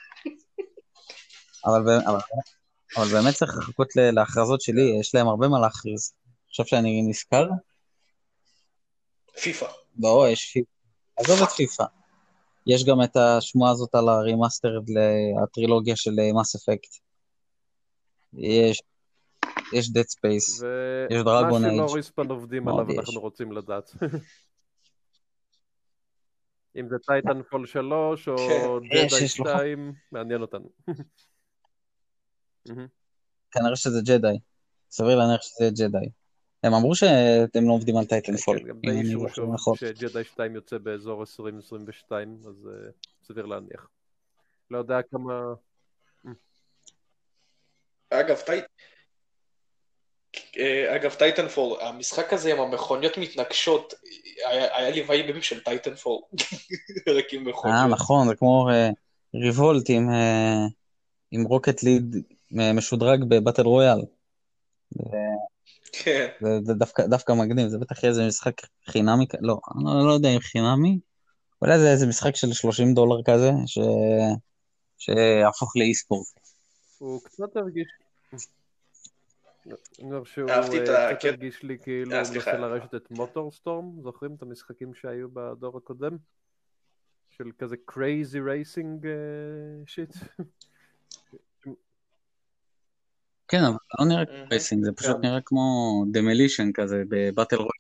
אבל באמת צריך לחכות להכרזות שלי, יש להם הרבה מה להכריז. עכשיו שאני נזכר? פיפה. לא, יש פיפה. עזוב את פיפה. יש גם את השמועה הזאת על הרימאסטר לטרילוגיה של Mass Effect. יש Dead Space, יש Dragon Age. מה שלא ריספן עובדים עליו אנחנו רוצים לדעת. אם זה טייטנפול 3 או ג'די 2, מעניין אותנו. כנראה שזה ג'די. סביר להניח שזה ג'די. הם אמרו שאתם לא עובדים על טייטנפול. כן, גם די אישור שג'די 2 יוצא באזור 2022, אז סביר להניח. לא יודע כמה... אגב, טייטנפול, המשחק הזה עם המכוניות מתנגשות, היה לי וייבים של טייטנפול. רק עם מכוניות. נכון, זה כמו ריבולט עם רוקט ליד משודרג בבטל רויאל. כן. זה דווקא מגניב, זה בטח יהיה איזה משחק חינמי, לא, אני לא יודע אם חינמי, אולי זה איזה משחק של $30 כזה, שהפוך לאי-ספורט. הוא קצת הרגיש... שהוא קצת הרגיש לי כאילו הוא מנסה לרשת את מוטורסטורם, זוכרים את המשחקים שהיו בדור הקודם? של כזה crazy racing shit. כן, אבל לא נראה רייסינג, זה פשוט נראה כמו דמלישן כזה בבטל רויאל.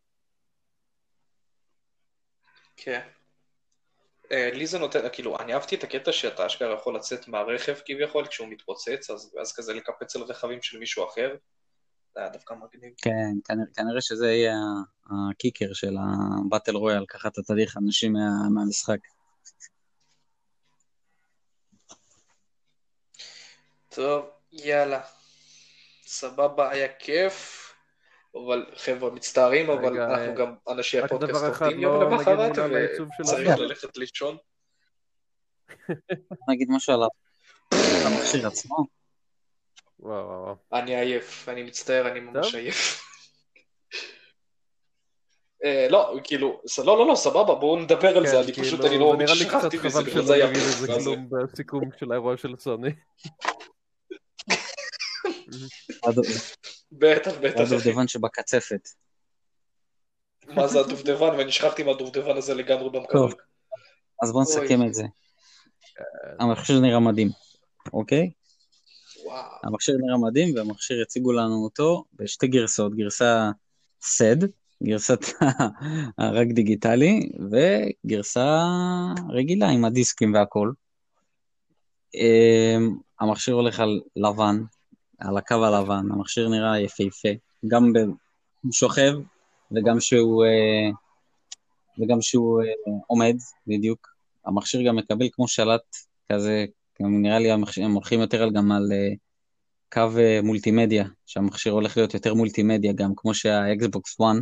כן. לי זה נותן, כאילו, אני אהבתי את הקטע שאתה אשכרה יכול לצאת מהרכב כביכול כשהוא מתפוצץ, אז כזה לקפץ על רכבים של מישהו אחר, זה היה דווקא מגניב. כן, כנראה שזה יהיה הקיקר של הבטל רויאל, ככה אתה תדיח אנשים מהמשחק. טוב, יאללה. סבבה, היה כיף. אבל חבר'ה מצטערים, אבל אנחנו גם אנשי הפודקאסט עובדים יום למחרת, וצריך ללכת לישון. נגיד משהו עליו. המכשיר עצמו. וואו, וואו. אני עייף, אני מצטער, אני ממש טוב. עייף. לא, כאילו, לא, סבבה, בואו נדבר על זה, אני פשוט, אני לא זה מאמין נראה לי קצת ששכחתי מזה, חבל בגלל זה שלא היה נגיד איזה פרק הזה. כלום בסיכום של האירוע של סוני. בטח, אחי. הדובדבן שבקצפת. מה זה הדובדבן, ואני שכחתי מהדובדבן הזה לגמרי טוב, במקרר. אז בואו נסכם את זה. המכשיר נראה מדהים, אוקיי? וואו. המכשיר נראה מדהים, והמכשיר יציגו לנו אותו בשתי גרסאות, גרסה סד, גרסת רק דיגיטלי, וגרסה רגילה עם הדיסקים והכל. המכשיר הולך על לבן, על הקו הלבן, המכשיר נראה יפהפה, גם שהוא שוכב וגם שהוא עומד בדיוק. המכשיר גם מקבל כמו שלט כזה, גם נראה לי הם הולכים יותר גם על קו מולטימדיה, שהמכשיר הולך להיות יותר מולטימדיה גם, כמו שהאקסבוקס 1.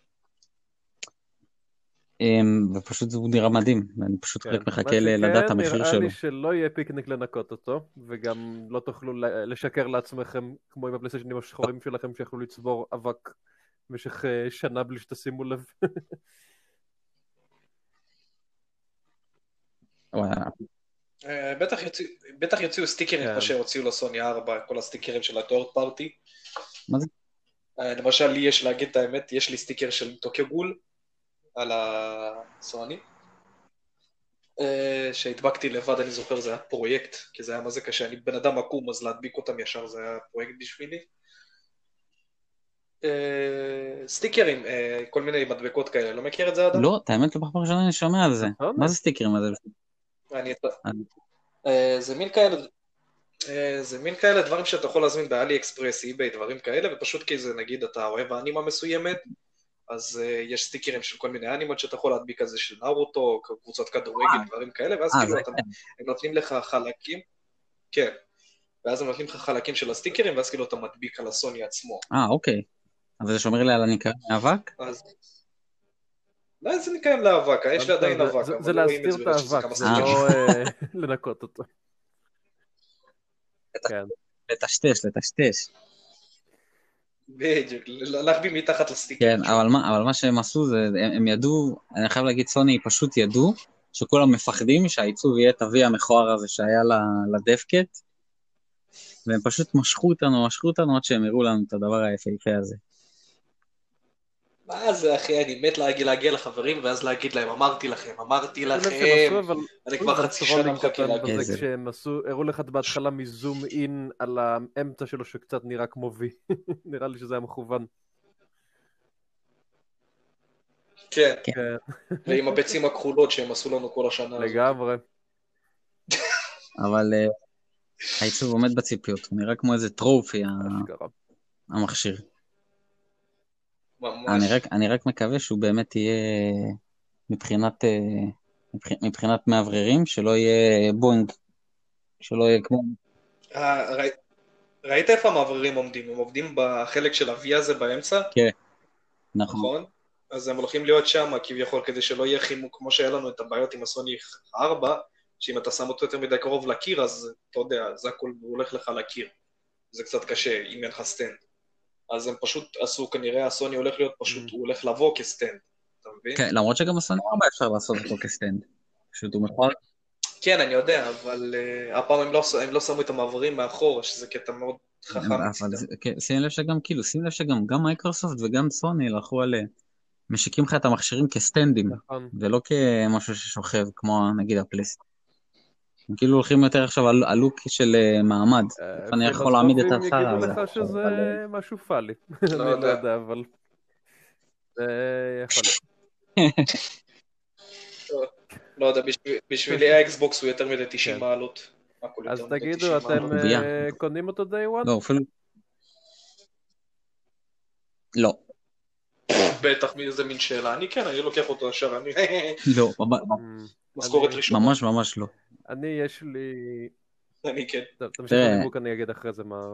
ופשוט הוא נראה מדהים, ואני פשוט רק מחכה לדעת המחיר שלו. נראה לי שלא יהיה פיקניק לנקות אותו, וגם לא תוכלו לשקר לעצמכם, כמו עם הפלייסטיישנים השחורים שלכם, שיכולו לצבור אבק במשך שנה בלי שתשימו לב. בטח יוציאו סטיקרים כמו שהוציאו לסוני 4, כל הסטיקרים של התיארד פארטי. מה זה? למשל, לי יש להגיד את האמת, יש לי סטיקר של טוקיו גול על הסוני, שהדבקתי לבד, אני זוכר, זה היה פרויקט, כי זה היה מה זה קשה, אני בן אדם עקום, אז להדביק אותם ישר, זה היה פרויקט בשבילי. סטיקרים, כל מיני מדבקות כאלה, לא מכיר את זה אדם? לא, את האמת לא בפעם ראשונה אני שומע על זה. מה זה סטיקרים הזה? זה מין כאלה דברים שאתה יכול להזמין באלי אקספרס, אי-ביי, דברים כאלה, ופשוט כי זה נגיד אתה אוהב האנימה מסוימת, אז יש סטיקרים של כל מיני אנימות שאתה יכול להדביק כזה של נארוטו, קבוצות כדורגל, דברים כאלה, ואז כאילו הם נותנים לך חלקים, כן, ואז הם נותנים לך חלקים של הסטיקרים, ואז כאילו אתה מדביק על הסוני עצמו. אוקיי. אבל זה שומר לי על הניקיון מאבק? לא, זה ניקיון לאבק, יש לי עדיין אבק. זה להסתיר את האבק, זה לא לנקות אותו. לטשטש. בדיוק, להחביא מתחת לסטיקר. כן, אבל מה שהם עשו זה, הם ידעו, אני חייב להגיד, סוני פשוט ידעו, שכולם מפחדים שהעיצוב יהיה תווי המכוער הזה שהיה לדפקט, והם פשוט משכו אותנו עד שהם הראו לנו את הדבר היפהפה הזה. מה זה אחי, אני מת להגיע לחברים ואז להגיד להם, אמרתי לכם, אני כבר חצי שנה מחכה להגיד. בזה כשהם הראו לך בהתחלה מזום אין על האמצע שלו שקצת נראה כמו וי, נראה לי שזה היה מכוון. כן, ועם הביצים הכחולות שהם עשו לנו כל השנה. לגמרי. אבל העיצוב עומד בציפיות, הוא נראה כמו איזה טרופי המכשיר. אני רק מקווה שהוא באמת יהיה מבחינת מאווררים, שלא יהיה בוינג, שלא יהיה כמו... ראית איפה המאווררים עומדים? הם עומדים בחלק של ה-V הזה באמצע? כן, נכון. אז הם הולכים להיות שם כביכול, כדי שלא יהיה חימום, כמו שהיה לנו את הבעיות עם הסוני 4, שאם אתה שם אותו יותר מדי קרוב לקיר, אז אתה יודע, זה הכל הולך לך לקיר. זה קצת קשה, אם אין לך סטנד. אז הם פשוט עשו, כנראה הסוני הולך להיות פשוט, הוא הולך לבוא כסטנד, אתה מבין? כן, למרות שגם הסוני 4 אפשר לעשות אותו כסטנד. פשוט הוא מכוער. כן, אני יודע, אבל הפעם הם לא שמו את המעברים מאחורה, שזה קטע מאוד חכם. שים לב שגם מייקרוסופט וגם סוני הלכו על... משיקים לך את המכשירים כסטנדים, ולא כמשהו ששוכב, כמו נגיד הפלייסט. הם כאילו הולכים יותר עכשיו על לוק של מעמד. אני יכול להעמיד את הצער הזה. יגידו לך שזה משהו פאלי. אני לא יודע, אבל... זה יכול להיות. לא יודע, בשבילי האקסבוקס הוא יותר מדי 90 מעלות. אז תגידו, אתם קונים אותו day one? לא, אפילו... לא. בטח, זה מין שאלה. אני לוקח אותו ישר, אני... לא, משכורת ראשונה. ממש לא. יש לי... אני כן. תמשיך לנימוק, אני אגיד אחרי זה מה...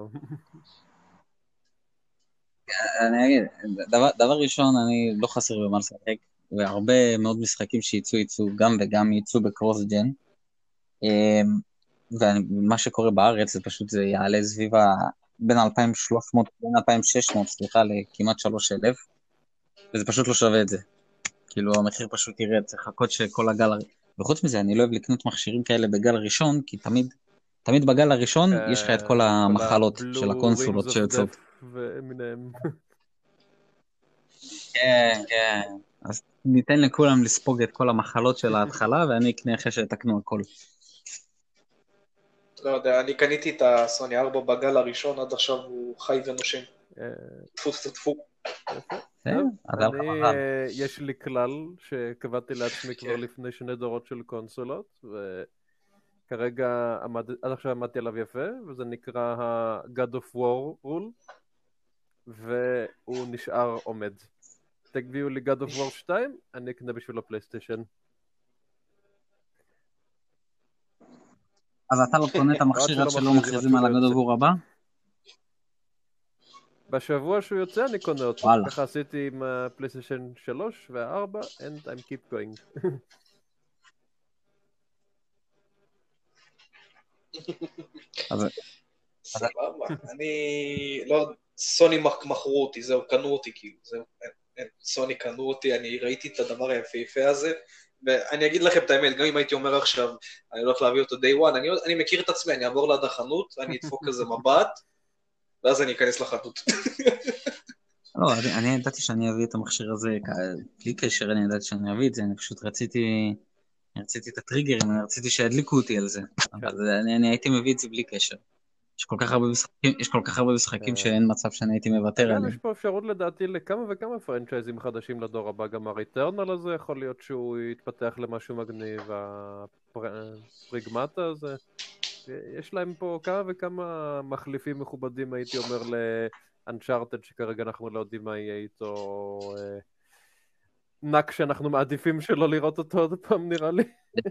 אני אגיד, דבר ראשון, אני לא חסר במה לשחק, והרבה מאוד משחקים שיצאו גם וגם יצאו בקרוס ג'ן, ומה שקורה בארץ זה פשוט, זה יעלה סביב בין 2,300, בין 2,600, סליחה, לכמעט 3,000, וזה פשוט לא שווה את זה. כאילו, המחיר פשוט ירד, צריך לחכות שכל הגל... וחוץ מזה, אני לא אוהב לקנות מכשירים כאלה בגל ראשון, כי תמיד בגל הראשון יש לך את כל המחלות של הקונסולות שיוצאות. ומיניהם. כן, כן. אז ניתן לכולם לספוג את כל המחלות של ההתחלה, ואני אקנה אחרי שתקנו הכל. לא יודע, אני קניתי את הסוני 4 בגל הראשון, עד עכשיו הוא חי ונושם. טפו טפו טפו. יש לי כלל שקבעתי לעצמי כבר לפני 2 דורות של קונסולות, וכרגע עד עכשיו עמדתי עליו יפה, וזה נקרא ה-God of War rule, והוא נשאר עומד. תגביאו לי God of War 2, אני אקנה בשביל הפלייסטיישן. אז אתה לא קונה את המכשיר עד שלא מכריזים על ה-God of War הבא? בשבוע שהוא יוצא אני קונה אותו. ככה עשיתי עם הפלייסטיישן 3 וה-4, and I'm keep going. סבבה, אני לא, סוני מכרו אותי, זהו, קנו אותי כאילו, זהו, סוני קנו אותי, אני ראיתי את הדבר היפהפה הזה, ואני אגיד לכם את האמת, גם אם הייתי אומר עכשיו, אני הולך להביא אותו day one, אני מכיר את עצמי, אני אעבור ליד החנות, אני אדפוק כזה מבט, ואז אני אכנס לחנות. לא, אני ידעתי שאני אביא את המכשיר הזה, בלי קשר אני ידעתי שאני אביא את זה, אני פשוט רציתי את הטריגרים, אני רציתי שידליקו אותי על זה, אבל אני הייתי מביא את זה בלי קשר. יש כל כך הרבה משחקים שאין מצב שאני הייתי מוותר עליהם. יש פה אפשרות לדעתי לכמה וכמה פרנצ'ייזים חדשים לדור הבא, גם הריטרנל הזה יכול להיות שהוא יתפתח למשהו מגניב, הפריגמטה הזה, יש להם פה כמה וכמה מחליפים מכובדים, הייתי אומר לאנצ'ארטד, שכרגע אנחנו לא יודעים מה יהיה איתו, נק שאנחנו מעדיפים שלא לראות אותו עוד פעם נראה לי.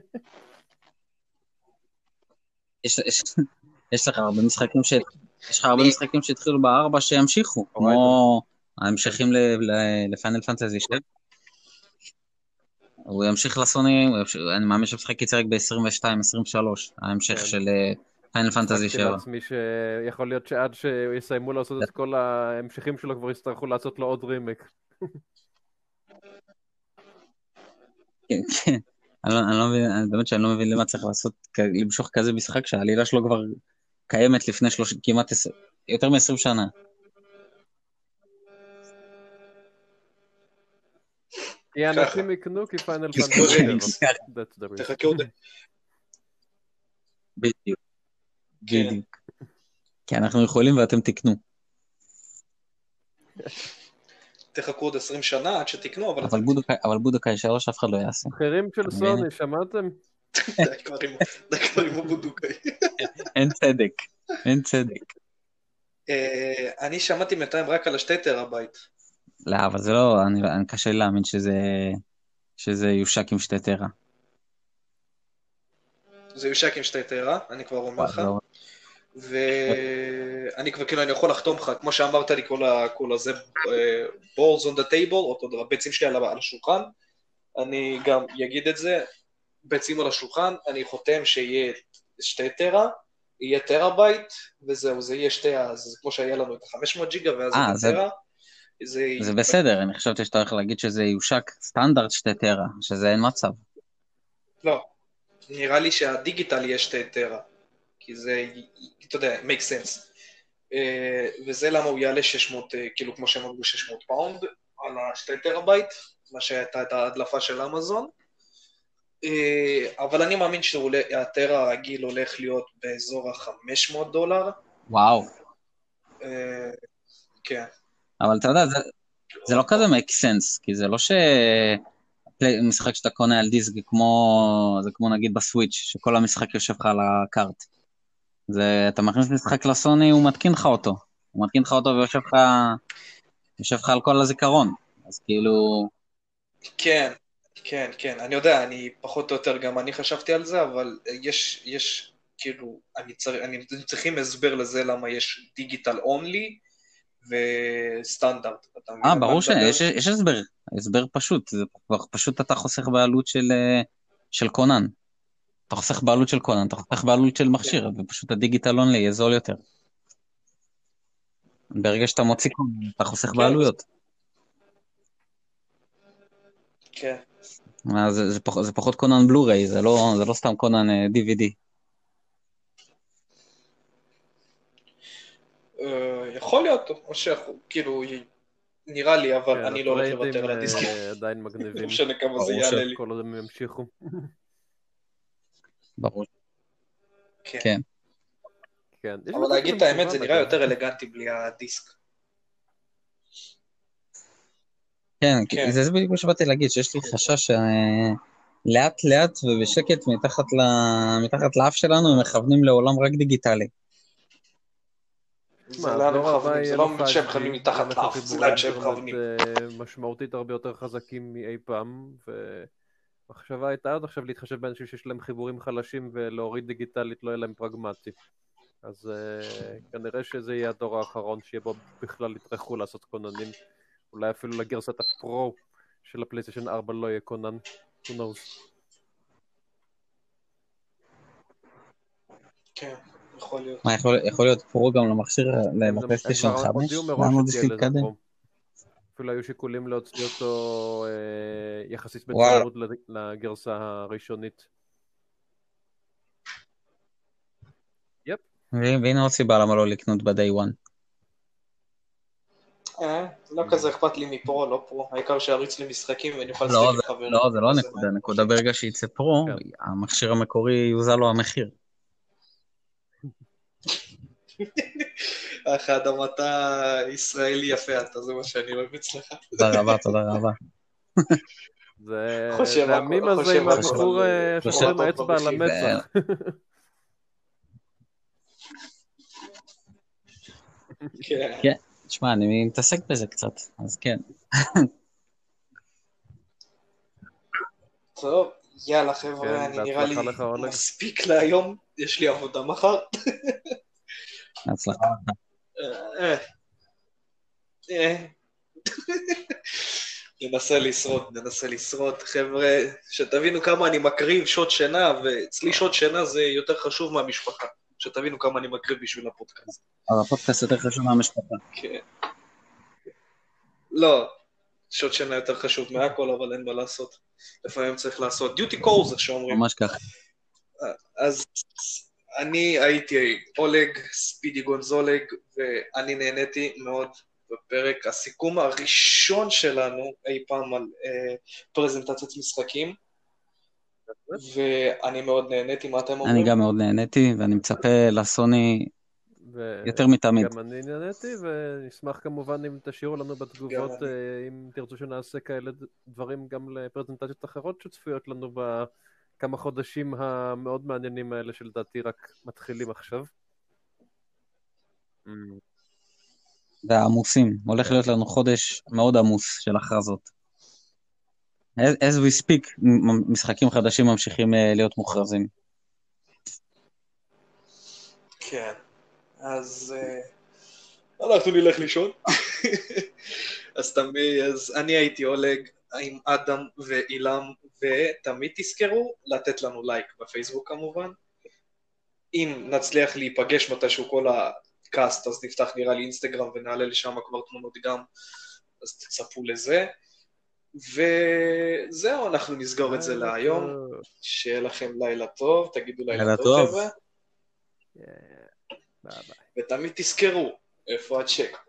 יש לך הרבה משחקים שהתחילו ב4 שימשיכו, כמו ההמשכים לפיינל פנטזי 7. הוא ימשיך לסוני, אני מאמין שמשחק יצא רק ב-22-23, ההמשך של פיינל פנטזי 7. לעצמי שיכול להיות שעד שיסיימו לעשות את כל ההמשכים שלו כבר יצטרכו לעשות לו עוד רימק. כן, כן. באמת שאני לא מבין למה צריך למשוך כזה משחק שהעלילה שלו כבר קיימת לפני כמעט יותר מ-20 שנה. כי אנשים יקנו כי פיינל פנטזי 7. תחכה עוד. בדיוק. כי אנחנו יכולים ואתם תקנו. תחכו עוד 20 שנה עד שתקנו, אבל בודוקאי 3 אף אחד לא יעשה. מחירים של סוני, שמעתם? די כבר עם הבודוקאי. אין צדק. אני שמעתי בינתיים רק על 2 טראבייט. לא, אבל זה לא, אני קשה לי להאמין שזה יושק עם 2 טרה. זה יושק עם 2 טרה, אני כבר אומר לך. ואני כבר כאילו אני יכול לחתום לך, כמו שאמרת לי כל הזה, balls on the table, אותו דבר, ביצים שלי על השולחן, אני גם אגיד את זה, ביצים על השולחן, אני חותם שיהיה 2 טרה, יהיה טראבייט, וזהו, זה יהיה 2, אז כמו שהיה לנו את ה-500 ג'יגה, ואז זה טרה. זה בסדר, אני חשבתי שאתה הולך להגיד שזה יושק סטנדרט 2 טרה, שזה אין מצב. לא, נראה לי שהדיגיטל יהיה 2 טרה. כי זה, אתה יודע, make sense. וזה למה הוא יעלה 600, כאילו כמו שהם אמרו 600 פאונד, על ה-2 טראבייט, מה שהייתה את ההדלפה של אמזון. אבל אני מאמין שהטרה הרגיל הולך להיות באזור ה-$500. וואו. כן. אבל אתה יודע, זה לא כזה make sense, כי זה לא משחק שאתה קונה על דיסק, זה כמו נגיד בסוויץ', שכל המשחק יושב לך על הקארט. אתה מכניס משחק לסוני, הוא מתקין לך אותו. הוא מתקין לך אותו ויושב לך על כל הזיכרון. אז כאילו... כן, אני יודע, אני פחות או יותר גם אני חשבתי על זה, אבל יש כאילו, אני צריכים הסבר לזה למה יש דיגיטל אונלי וסטנדרט. ברור שיש הסבר פשוט, פשוט אתה חוסך בעלות של קונן. אתה חוסך בעלות של קונן, אתה חוסך בעלות של מכשיר, ופשוט הדיגיטל אונלי יהיה זול יותר. ברגע שאתה מוציא קונן, אתה חוסך כן. בעלויות. כן. זה פחות קונן בלו-ריי, זה לא סתם קונן DVD. יכול להיות, או כאילו, נראה לי, אבל כן, אני לא הולך לוותר הטריידים על הדיסקים. עדיין מגניבים. לא משנה כמה זה ברור יעלה לי. כל עוד הם ימשיכו. ברור. כן. כן. כן. יש אבל מצב להגיד שזה את האמת, מסובב, זה נראה אגב. יותר אלגנטי בלי הדיסק. כן, כן. זה בדיוק מה שבאתי להגיד, שיש לי חשש לאט לאט ובשקט מתחת לאף שלנו הם מכוונים לעולם רק דיגיטלי. זה לאן הם מכוונים, זה לא שהם מכוונים מתחת לאף, זה לאן שהם מכוונים. משמעותית הרבה יותר חזקים מאי פעם, והמחשבה הייתה עד עכשיו להתחשב באנשים שיש להם חיבורים חלשים ולהוריד דיגיטלית לא יהיה להם פרגמטי. אז כנראה שזה יהיה הדור האחרון שיהיה בו בכלל יטרחו לעשות קוננים. אולי אפילו לגרסת הפרו של הפלייסטיישן 4 לא יהיה קונן. Who knows? כן, יכול להיות. מה, יכול להיות פרו גם למכשיר, הם לפלייסטיישן כבר 5? הודיעו לאן מראש עוד יש שתהיה לזה להתקדם? פרו. אפילו היו שיקולים להוציא אותו יחסית וואלה. בצמוד לגרסה הראשונית. יפ. והנה עוד סיבה למה לא לקנות ב-day one. לא כזה אכפת לי מפרו, לא פרו. העיקר שיריץ לי משחקים ואני אוכל לשחק עם חברים. לא, זה לא הנקודה. הנקודה ברגע שייצא פרו, המכשיר המקורי יוזל לו המחיר. אחד המטה ישראלי יפה אתה, זה מה שאני אוהב אצלך. תודה רבה. זה המים הזה עם הבחור שחור עם האצבע על המצח. כן. תשמע, אני מתעסק בזה קצת, אז כן. טוב, יאללה חבר'ה, אני נראה לי מספיק להיום, יש לי עבודה מחר. הצלחה. ננסה לשרוד, חבר'ה, שתבינו כמה אני מקריב שעות שינה, ואצלי שעות שינה זה יותר חשוב מהמשפחה, שתבינו כמה אני מקריב בשביל הפודקאסט. אבל הפודקאסט יותר חשוב מהמשפחה. כן. לא, שעות שינה יותר חשוב מהכל, אבל אין מה לעשות. לפעמים צריך לעשות דיוטי קולס, איך שאומרים. ממש ככה. אז אני הייתי אולג, ספידי גונזולג, ואני נהניתי מאוד בפרק הסיכום הראשון שלנו אי פעם על פרזנטציית משחקים, ואני מאוד נהניתי, מה אתם אומרים? אני גם מאוד נהניתי, ואני מצפה לסוני יותר מתמיד. גם אני נהניתי, ונשמח כמובן אם תשאירו לנו בתגובות, אם תרצו שנעשה כאלה דברים גם לפרזנטציות אחרות שצפויות לנו בכמה חודשים המאוד מעניינים האלה שלדעתי רק מתחילים עכשיו. והעמוסים, הולך להיות לנו חודש מאוד עמוס של הכרזות. As we speak, משחקים חדשים ממשיכים להיות מוכרזים. כן, אז אנחנו נלך לישון. אז אני הייתי אולג עם אדם ואילם, ותמיד תזכרו לתת לנו לייק בפייסבוק כמובן. אם נצליח להיפגש מתישהו כל הקאסט, אז נפתח נראה לי אינסטגרם ונעלה לשם כבר תמונות גם, אז תצפו לזה. וזהו, אנחנו נסגור את זה להיום. שיהיה לכם לילה טוב, תגידו לילה טוב חבר'ה. ותמיד תזכרו איפה הצ'ק.